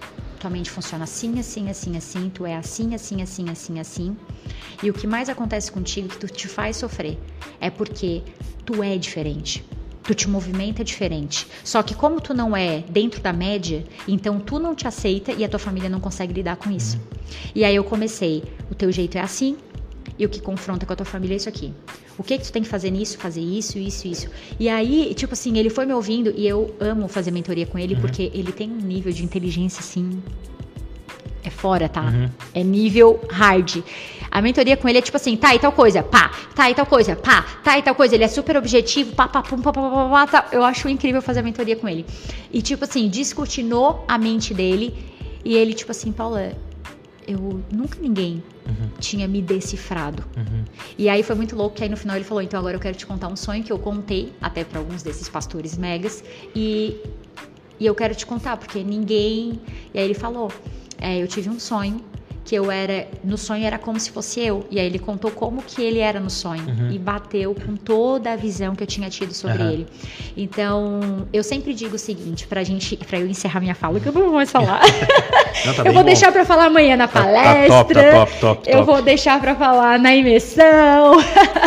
tua mente funciona assim, assim, assim, assim, tu é assim, assim, assim, assim, assim. E o que mais acontece contigo, que tu te faz sofrer, é porque tu é diferente. Tu te movimenta diferente. Só que como tu não é dentro da média, então tu não te aceita e a tua família não consegue lidar com isso. E aí eu comecei, o teu jeito é assim, e o que confronta com a tua família é isso aqui. O que tu tem que fazer nisso? Fazer isso, isso, isso. E aí, tipo assim, ele foi me ouvindo e eu amo fazer mentoria com ele porque ele tem um nível de inteligência, assim, é fora, tá? É nível hard. A mentoria com ele é tipo assim, tá, e tal coisa, pá, tá, e tal coisa, pá, tá, e tal coisa. Ele é super objetivo, pá, pá, pum, pá, pá, pá, pá, tá. Eu acho incrível fazer a mentoria com ele. E tipo assim, descortinou a mente dele e ele tipo assim, Paula, eu nunca ninguém tinha me decifrado. E aí foi muito louco que aí no final ele falou, então agora eu quero te contar um sonho que eu contei até pra alguns desses pastores megas e eu quero te contar, porque ninguém... E aí ele falou, eu tive um sonho que eu era... No sonho era como se fosse eu. E aí ele contou como que ele era no sonho. E bateu com toda a visão que eu tinha tido sobre ele. Então, eu sempre digo o seguinte, pra eu encerrar minha fala, que eu não vou mais falar. Não, tá eu vou deixar pra falar amanhã na palestra. Tá top. Eu vou deixar pra falar na imersão.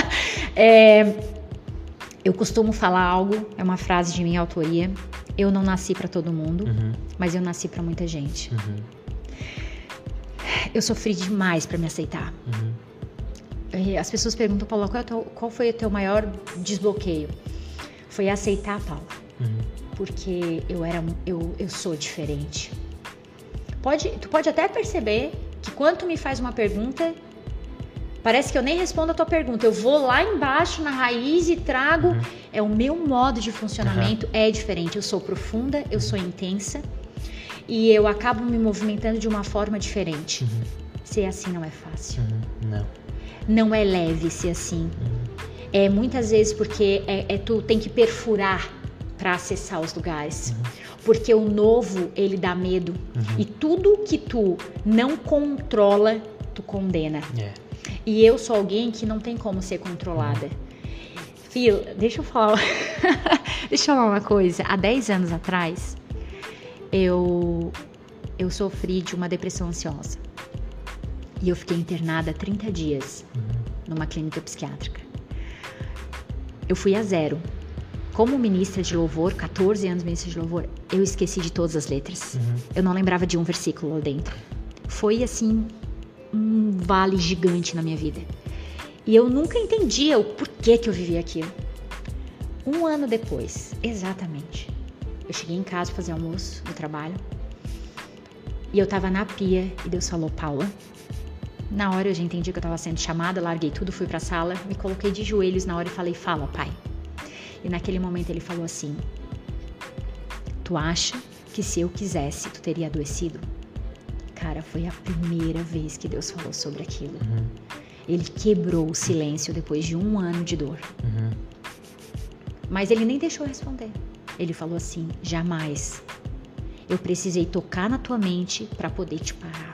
Eu costumo falar algo, é uma frase de minha autoria. Eu não nasci pra todo mundo, mas eu nasci pra muita gente. Eu sofri demais pra me aceitar. As pessoas perguntam, Paula, qual foi o teu maior desbloqueio? Foi aceitar a Paula. Porque eu sou diferente. Tu pode até perceber que quando tu me faz uma pergunta, parece que eu nem respondo a tua pergunta. Eu vou lá embaixo na raiz e trago. É o meu modo de funcionamento é diferente. Eu sou profunda, eu sou intensa. E eu acabo me movimentando de uma forma diferente. Ser assim não é fácil. Não é leve ser assim. Muitas vezes porque tu tem que perfurar para acessar os lugares. Porque o novo, ele dá medo. E tudo que tu não controla, tu condena. E eu sou alguém que não tem como ser controlada. Filho, deixa eu falar uma coisa. Há 10 anos atrás, eu sofri de uma depressão ansiosa. E eu fiquei internada 30 dias numa clínica psiquiátrica. Eu fui a zero. Como ministra de louvor, 14 anos ministra de louvor, eu esqueci de todas as letras. Eu não lembrava de um versículo lá dentro. Foi assim, um vale gigante na minha vida. E eu nunca entendia o porquê que eu vivia aquilo. Um ano depois, exatamente, eu cheguei em casa pra fazer almoço no trabalho. E eu tava na pia e Deus falou, Paula. Na hora eu já entendi que eu tava sendo chamada, larguei tudo, fui pra sala, me coloquei de joelhos na hora e falei, fala, pai. E naquele momento ele falou assim, tu acha que se eu quisesse, tu teria adoecido? Cara, foi a primeira vez que Deus falou sobre aquilo. Ele quebrou o silêncio depois de 1 ano de dor. Mas ele nem deixou eu responder. Ele falou assim, jamais. Eu precisei tocar na tua mente para poder te parar.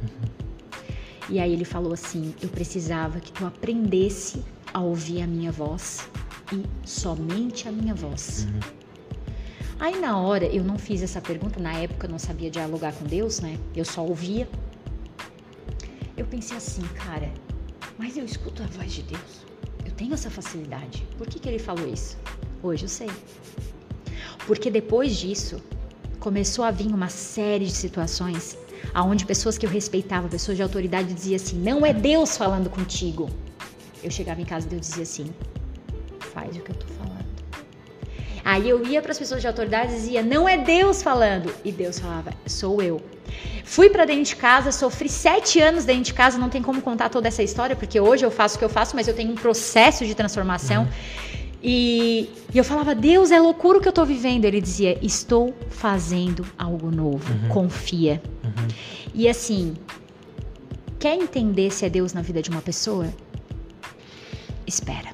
E aí ele falou assim, eu precisava que tu aprendesse a ouvir a minha voz e somente a minha voz. Aí na hora eu não fiz essa pergunta, na época eu não sabia dialogar com Deus, né? Eu só ouvia. Eu pensei assim, cara, mas eu escuto a voz de Deus. Eu tenho essa facilidade. Por que ele falou isso? Hoje eu sei. Porque depois disso, começou a vir uma série de situações onde pessoas que eu respeitava, pessoas de autoridade, diziam assim, não é Deus falando contigo. Eu chegava em casa e Deus dizia assim, faz o que eu tô falando. Aí eu ia para as pessoas de autoridade e dizia, não é Deus falando. E Deus falava, sou eu. Fui para dentro de casa, sofri 7 anos dentro de casa, não tem como contar toda essa história, porque hoje eu faço o que eu faço, mas eu tenho um processo de transformação. E eu falava, Deus, é loucura o que eu tô vivendo. Ele dizia, estou fazendo algo novo, confia. E assim, quer entender se é Deus na vida de uma pessoa? Espera.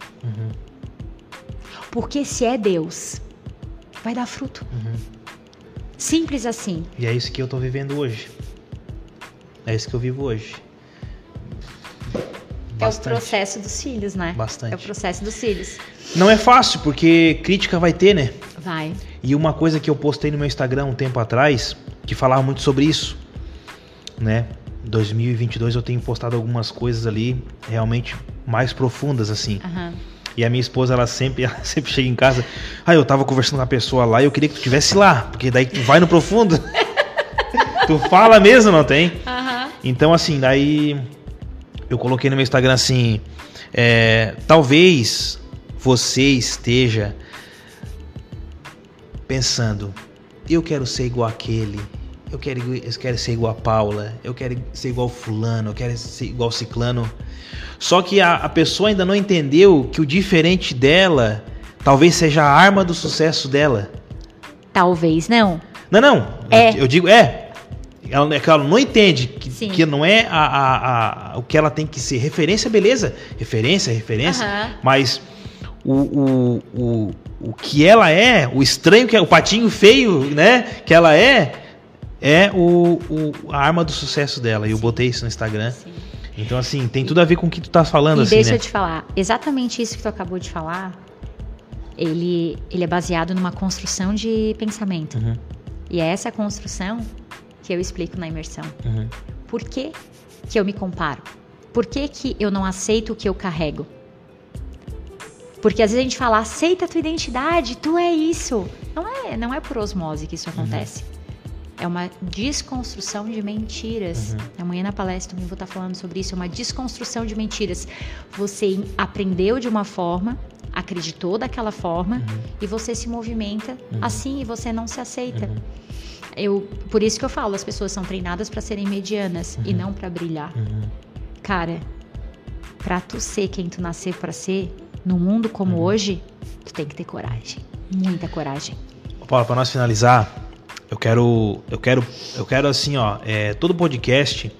Porque se é Deus, vai dar fruto. Simples assim. E é isso que eu tô vivendo hoje. É isso que eu vivo hoje. Bastante. É o processo dos filhos, né? Bastante. É o processo dos filhos. Não é fácil, porque crítica vai ter, né? Vai. E uma coisa que eu postei no meu Instagram um tempo atrás, que falava muito sobre isso, né? 2022 eu tenho postado algumas coisas ali realmente mais profundas, assim. E a minha esposa, ela sempre chega em casa, eu tava conversando com a pessoa lá e eu queria que tu estivesse lá, porque daí tu vai no profundo. Tu fala mesmo, não tem? Então, assim, daí eu coloquei no meu Instagram assim, talvez você esteja pensando, eu quero ser igual àquele, eu quero ser igual a Paula, eu quero ser igual fulano, eu quero ser igual ciclano. Só que a pessoa ainda não entendeu que o diferente dela talvez seja a arma do sucesso dela. Talvez não. Não. Eu digo, ela não entende que não é o que ela tem que ser. Referência, beleza. Referência. Mas o que ela é, o estranho que é, o patinho feio, né? Que ela é a arma do sucesso dela. E eu botei isso no Instagram. Sim. Então, assim, tem tudo a ver com o que tu tá falando, assim, deixa eu te falar, exatamente isso que tu acabou de falar, ele é baseado numa construção de pensamento. E é essa construção que eu explico na imersão. Por que que eu me comparo? Por que que eu não aceito o que eu carrego? Porque às vezes a gente fala, aceita a tua identidade, tu é isso. Não é por osmose que isso acontece. É uma desconstrução de mentiras. Amanhã na palestra eu vou estar falando sobre isso. É uma desconstrução de mentiras. Você aprendeu de uma forma, acreditou daquela forma e você se movimenta assim e você não se aceita. Por isso que eu falo, as pessoas são treinadas para serem medianas e não para brilhar. Cara, para tu ser quem tu nasceu para ser, num mundo como hoje, tu tem que ter coragem. Muita coragem. Paula, para nós finalizar, eu quero assim, todo podcast,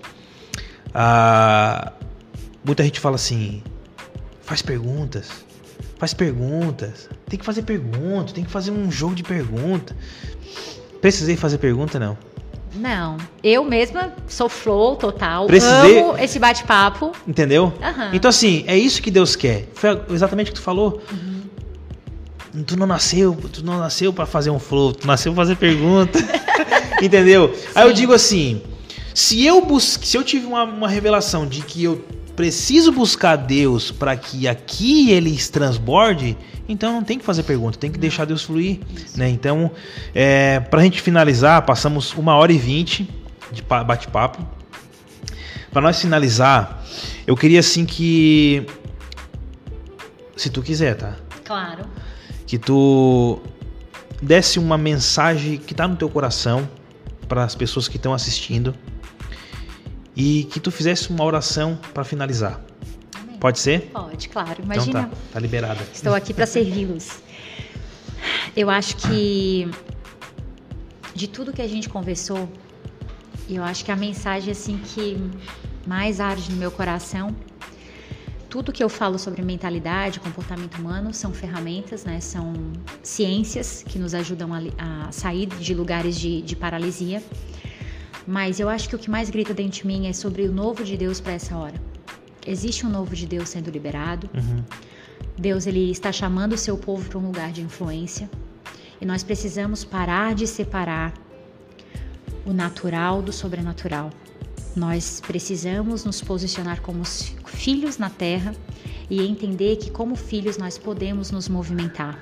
muita gente fala assim, faz perguntas, tem que fazer perguntas, tem que fazer um jogo de perguntas. Precisei fazer pergunta, não? Não, eu mesma sou flow total, amo esse bate-papo. Entendeu? Então assim, é isso que Deus quer, foi exatamente o que tu falou. Tu não nasceu para fazer um flow, tu nasceu para fazer pergunta. Entendeu? Sim. Aí eu digo assim, se eu tive uma revelação de que eu preciso buscar Deus para que aqui ele transborde, então não tem que fazer pergunta, tem que deixar Deus fluir, né? Então, pra gente finalizar, passamos 1h20 de bate-papo. Para nós finalizar, eu queria assim que, se tu quiser, tá? Claro. Que tu desse uma mensagem que tá no teu coração para as pessoas que estão assistindo e que tu fizesse uma oração para finalizar. Amém. Pode ser? Pode, claro. Imagina. Então tá liberada. Estou aqui para servi-los. Eu acho que de tudo que a gente conversou, eu acho que a mensagem assim que mais arde no meu coração, tudo que eu falo sobre mentalidade, comportamento humano, são ferramentas, né? São ciências que nos ajudam a sair de lugares de paralisia. Mas eu acho que o que mais grita dentro de mim é sobre o novo de Deus para essa hora. Existe um novo de Deus sendo liberado. Deus, ele está chamando o seu povo para um lugar de influência. E nós precisamos parar de separar o natural do sobrenatural. Nós precisamos nos posicionar como filhos na terra e entender que como filhos nós podemos nos movimentar.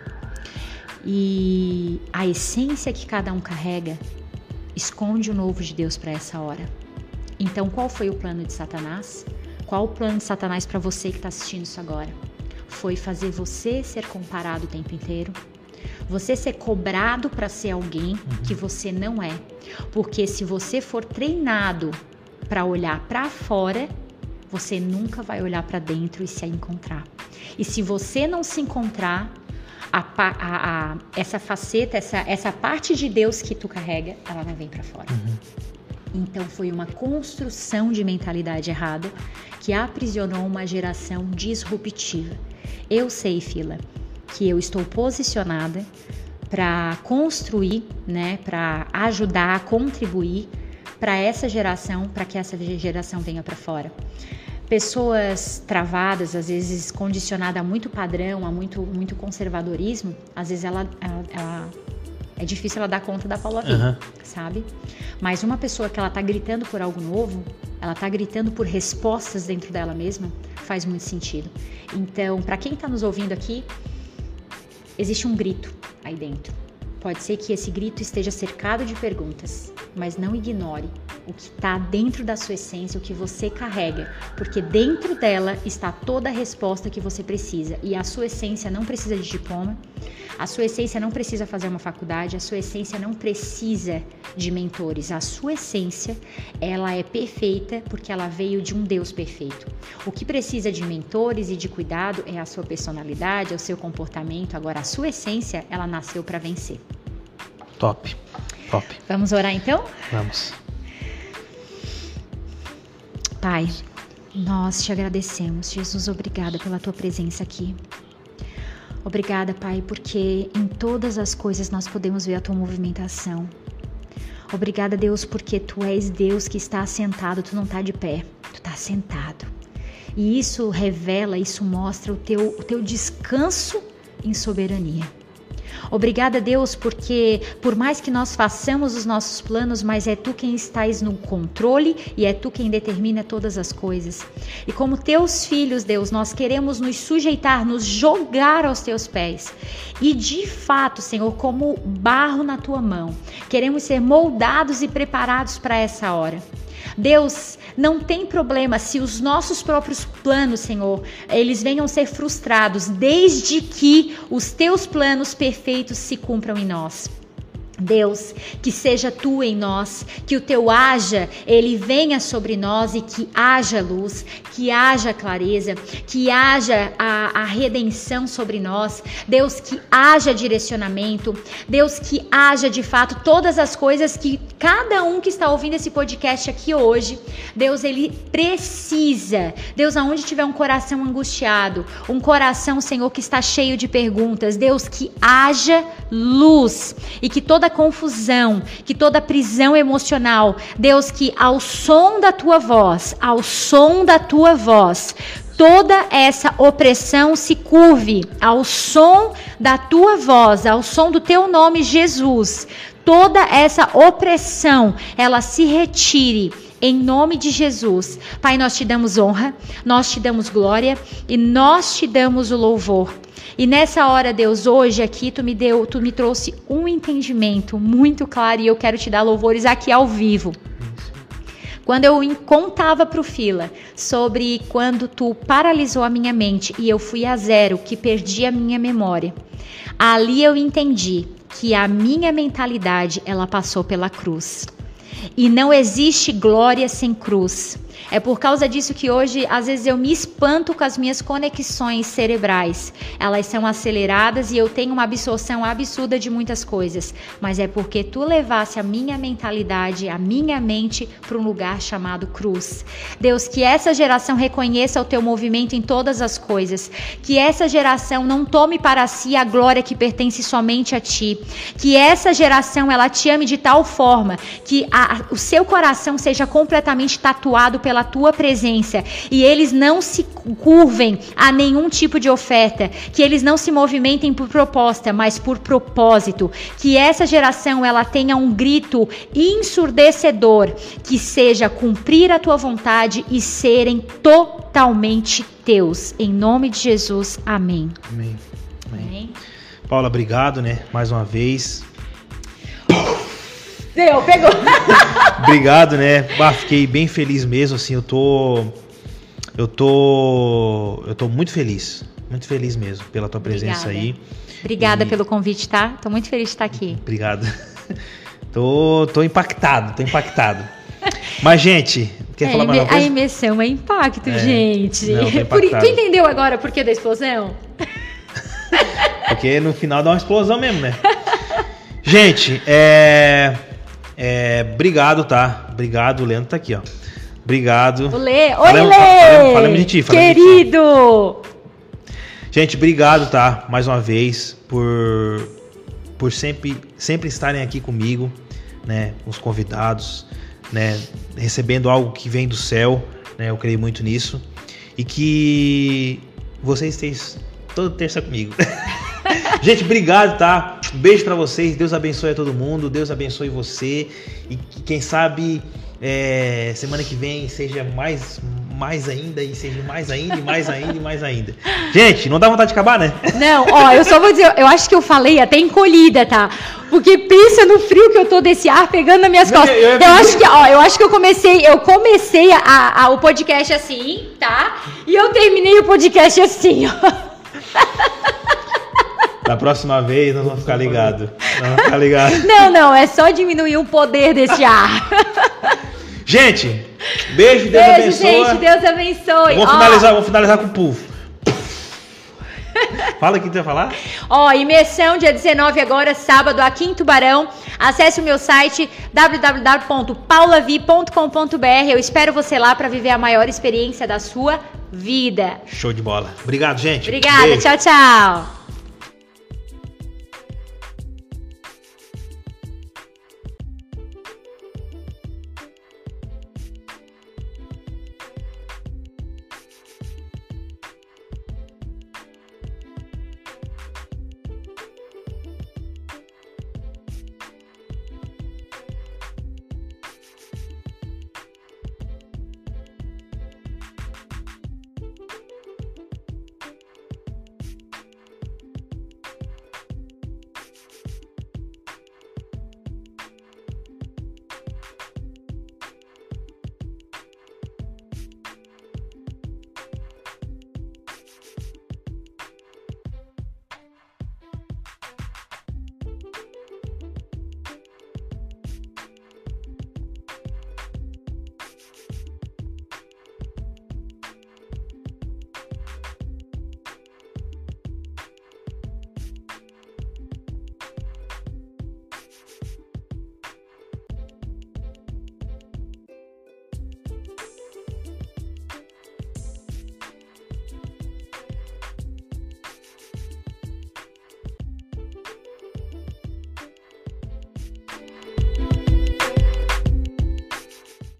E a essência que cada um carrega esconde o novo de Deus para essa hora. Então, qual foi o plano de Satanás? Qual o plano de Satanás para você que está assistindo isso agora? Foi fazer você ser comparado o tempo inteiro, você ser cobrado para ser alguém que você não é. Porque se você for treinado para olhar para fora, você nunca vai olhar para dentro e se encontrar. E se você não se encontrar, essa faceta, essa parte de Deus que tu carrega, ela não vem para fora. Então foi uma construção de mentalidade errada que aprisionou uma geração disruptiva. Eu sei, Fila, que eu estou posicionada para construir, né, para ajudar, a contribuir para essa geração, para que essa geração venha para fora. Pessoas travadas, às vezes condicionadas a muito padrão, a muito conservadorismo, às vezes ela é difícil ela dar conta da Paula V, sabe? Mas uma pessoa que ela tá gritando por algo novo, ela tá gritando por respostas dentro dela mesma, faz muito sentido. Então, para quem tá nos ouvindo aqui, existe um grito aí dentro. Pode ser que esse grito esteja cercado de perguntas, mas não ignore o que está dentro da sua essência, o que você carrega, porque dentro dela está toda a resposta que você precisa. E a sua essência não precisa de diploma, a sua essência não precisa fazer uma faculdade, a sua essência não precisa de mentores. A sua essência, ela é perfeita porque ela veio de um Deus perfeito. O que precisa de mentores e de cuidado é a sua personalidade, é o seu comportamento. Agora, a sua essência, ela nasceu para vencer. Top. Vamos orar então? Vamos. Pai, nós te agradecemos. Jesus, obrigada pela tua presença aqui. Obrigada, Pai, porque em todas as coisas nós podemos ver a tua movimentação. Obrigada, Deus, porque tu és Deus que está assentado, tu não está de pé, tu está sentado. E isso revela, isso mostra o teu descanso em soberania. Obrigada, Deus, porque por mais que nós façamos os nossos planos, mas é Tu quem estás no controle e é Tu quem determina todas as coisas. E como Teus filhos, Deus, nós queremos nos sujeitar, nos jogar aos Teus pés. E de fato, Senhor, como barro na Tua mão, queremos ser moldados e preparados para essa hora. Deus, não tem problema se os nossos próprios planos, Senhor, eles venham ser frustrados, desde que os teus planos perfeitos se cumpram em nós. Deus, que seja Tu em nós, que o Teu haja, Ele venha sobre nós e que haja luz, que haja clareza, que haja a redenção sobre nós. Deus, que haja direcionamento. Deus, que haja de fato todas as coisas que cada um que está ouvindo esse podcast aqui hoje, Deus, ele precisa. Deus, aonde tiver um coração angustiado, um coração, Senhor, que está cheio de perguntas, Deus, que haja luz e que toda confusão, que toda prisão emocional, Deus, que ao som da Tua voz, toda essa opressão se curve ao som da Tua voz, ao som do Teu nome, Jesus. Toda essa opressão, ela se retire em nome de Jesus. Pai, nós Te damos honra, nós Te damos glória e nós Te damos o louvor. E nessa hora, Deus, hoje aqui Tu me trouxe um entendimento muito claro e eu quero Te dar louvores aqui ao vivo. Quando eu contava pro Fila sobre quando Tu paralisou a minha mente e eu fui a zero, que perdi a minha memória, ali eu entendi que a minha mentalidade, ela passou pela cruz. E não existe glória sem cruz. É por causa disso que hoje, às vezes, eu me espanto com as minhas conexões cerebrais. Elas são aceleradas e eu tenho uma absorção absurda de muitas coisas. Mas é porque Tu levasse a minha mentalidade, a minha mente para um lugar chamado cruz. Deus, que essa geração reconheça o Teu movimento em todas as coisas. Que essa geração não tome para si a glória que pertence somente a Ti. Que essa geração, ela Te ame de tal forma que o seu coração seja completamente tatuado pela Tua presença e eles não se curvem a nenhum tipo de oferta, que eles não se movimentem por proposta, mas por propósito, que essa geração ela tenha um grito ensurdecedor, que seja cumprir a Tua vontade e serem totalmente Teus, em nome de Jesus, amém. Amém. Paula, obrigado, mais uma vez. Pegou. Obrigado, fiquei bem feliz mesmo, assim, eu tô muito feliz mesmo pela tua presença. Obrigada. Aí. Obrigada pelo convite, tá? Tô muito feliz de estar aqui. Obrigado. Tô impactado. Mas, gente, quer falar mais uma coisa? A imersão é impacto, gente. Não, tô impactado. Tu entendeu agora por que da explosão? Porque no final dá uma explosão mesmo, Gente, obrigado, tá? Obrigado, o Leandro tá aqui, ó. Obrigado. Oi, Lê! Falamos de ti, querido! Gente, obrigado, tá? Mais uma vez, por sempre estarem aqui comigo, os convidados, recebendo algo que vem do céu, eu creio muito nisso. E que vocês estejam toda terça comigo. Gente, obrigado, tá? beijo pra vocês, Deus abençoe a todo mundo, Deus abençoe você. E quem sabe semana que vem seja mais ainda, e seja mais ainda, e mais ainda, e mais ainda. Gente, não dá vontade de acabar, né? Não, ó, eu só vou dizer, eu acho que eu falei até encolhida, tá? Porque pensa no frio que eu tô desse ar pegando nas minhas costas. Eu acho que eu comecei o podcast assim, tá? E eu terminei o podcast assim, ó. Da próxima vez nós vamos ficar ligados. Não, é só diminuir o poder desse ar. Gente, beijo, Deus abençoe. Gente, Deus abençoe. Vou finalizar com o puff. Fala o que tu vai falar. Imersão dia 19 agora, sábado, aqui em Tubarão. Acesse o meu site www.paulavi.com.br. Eu espero você lá para viver a maior experiência da sua vida. Show de bola. Obrigado, gente. Obrigada, beijo. Tchau, tchau.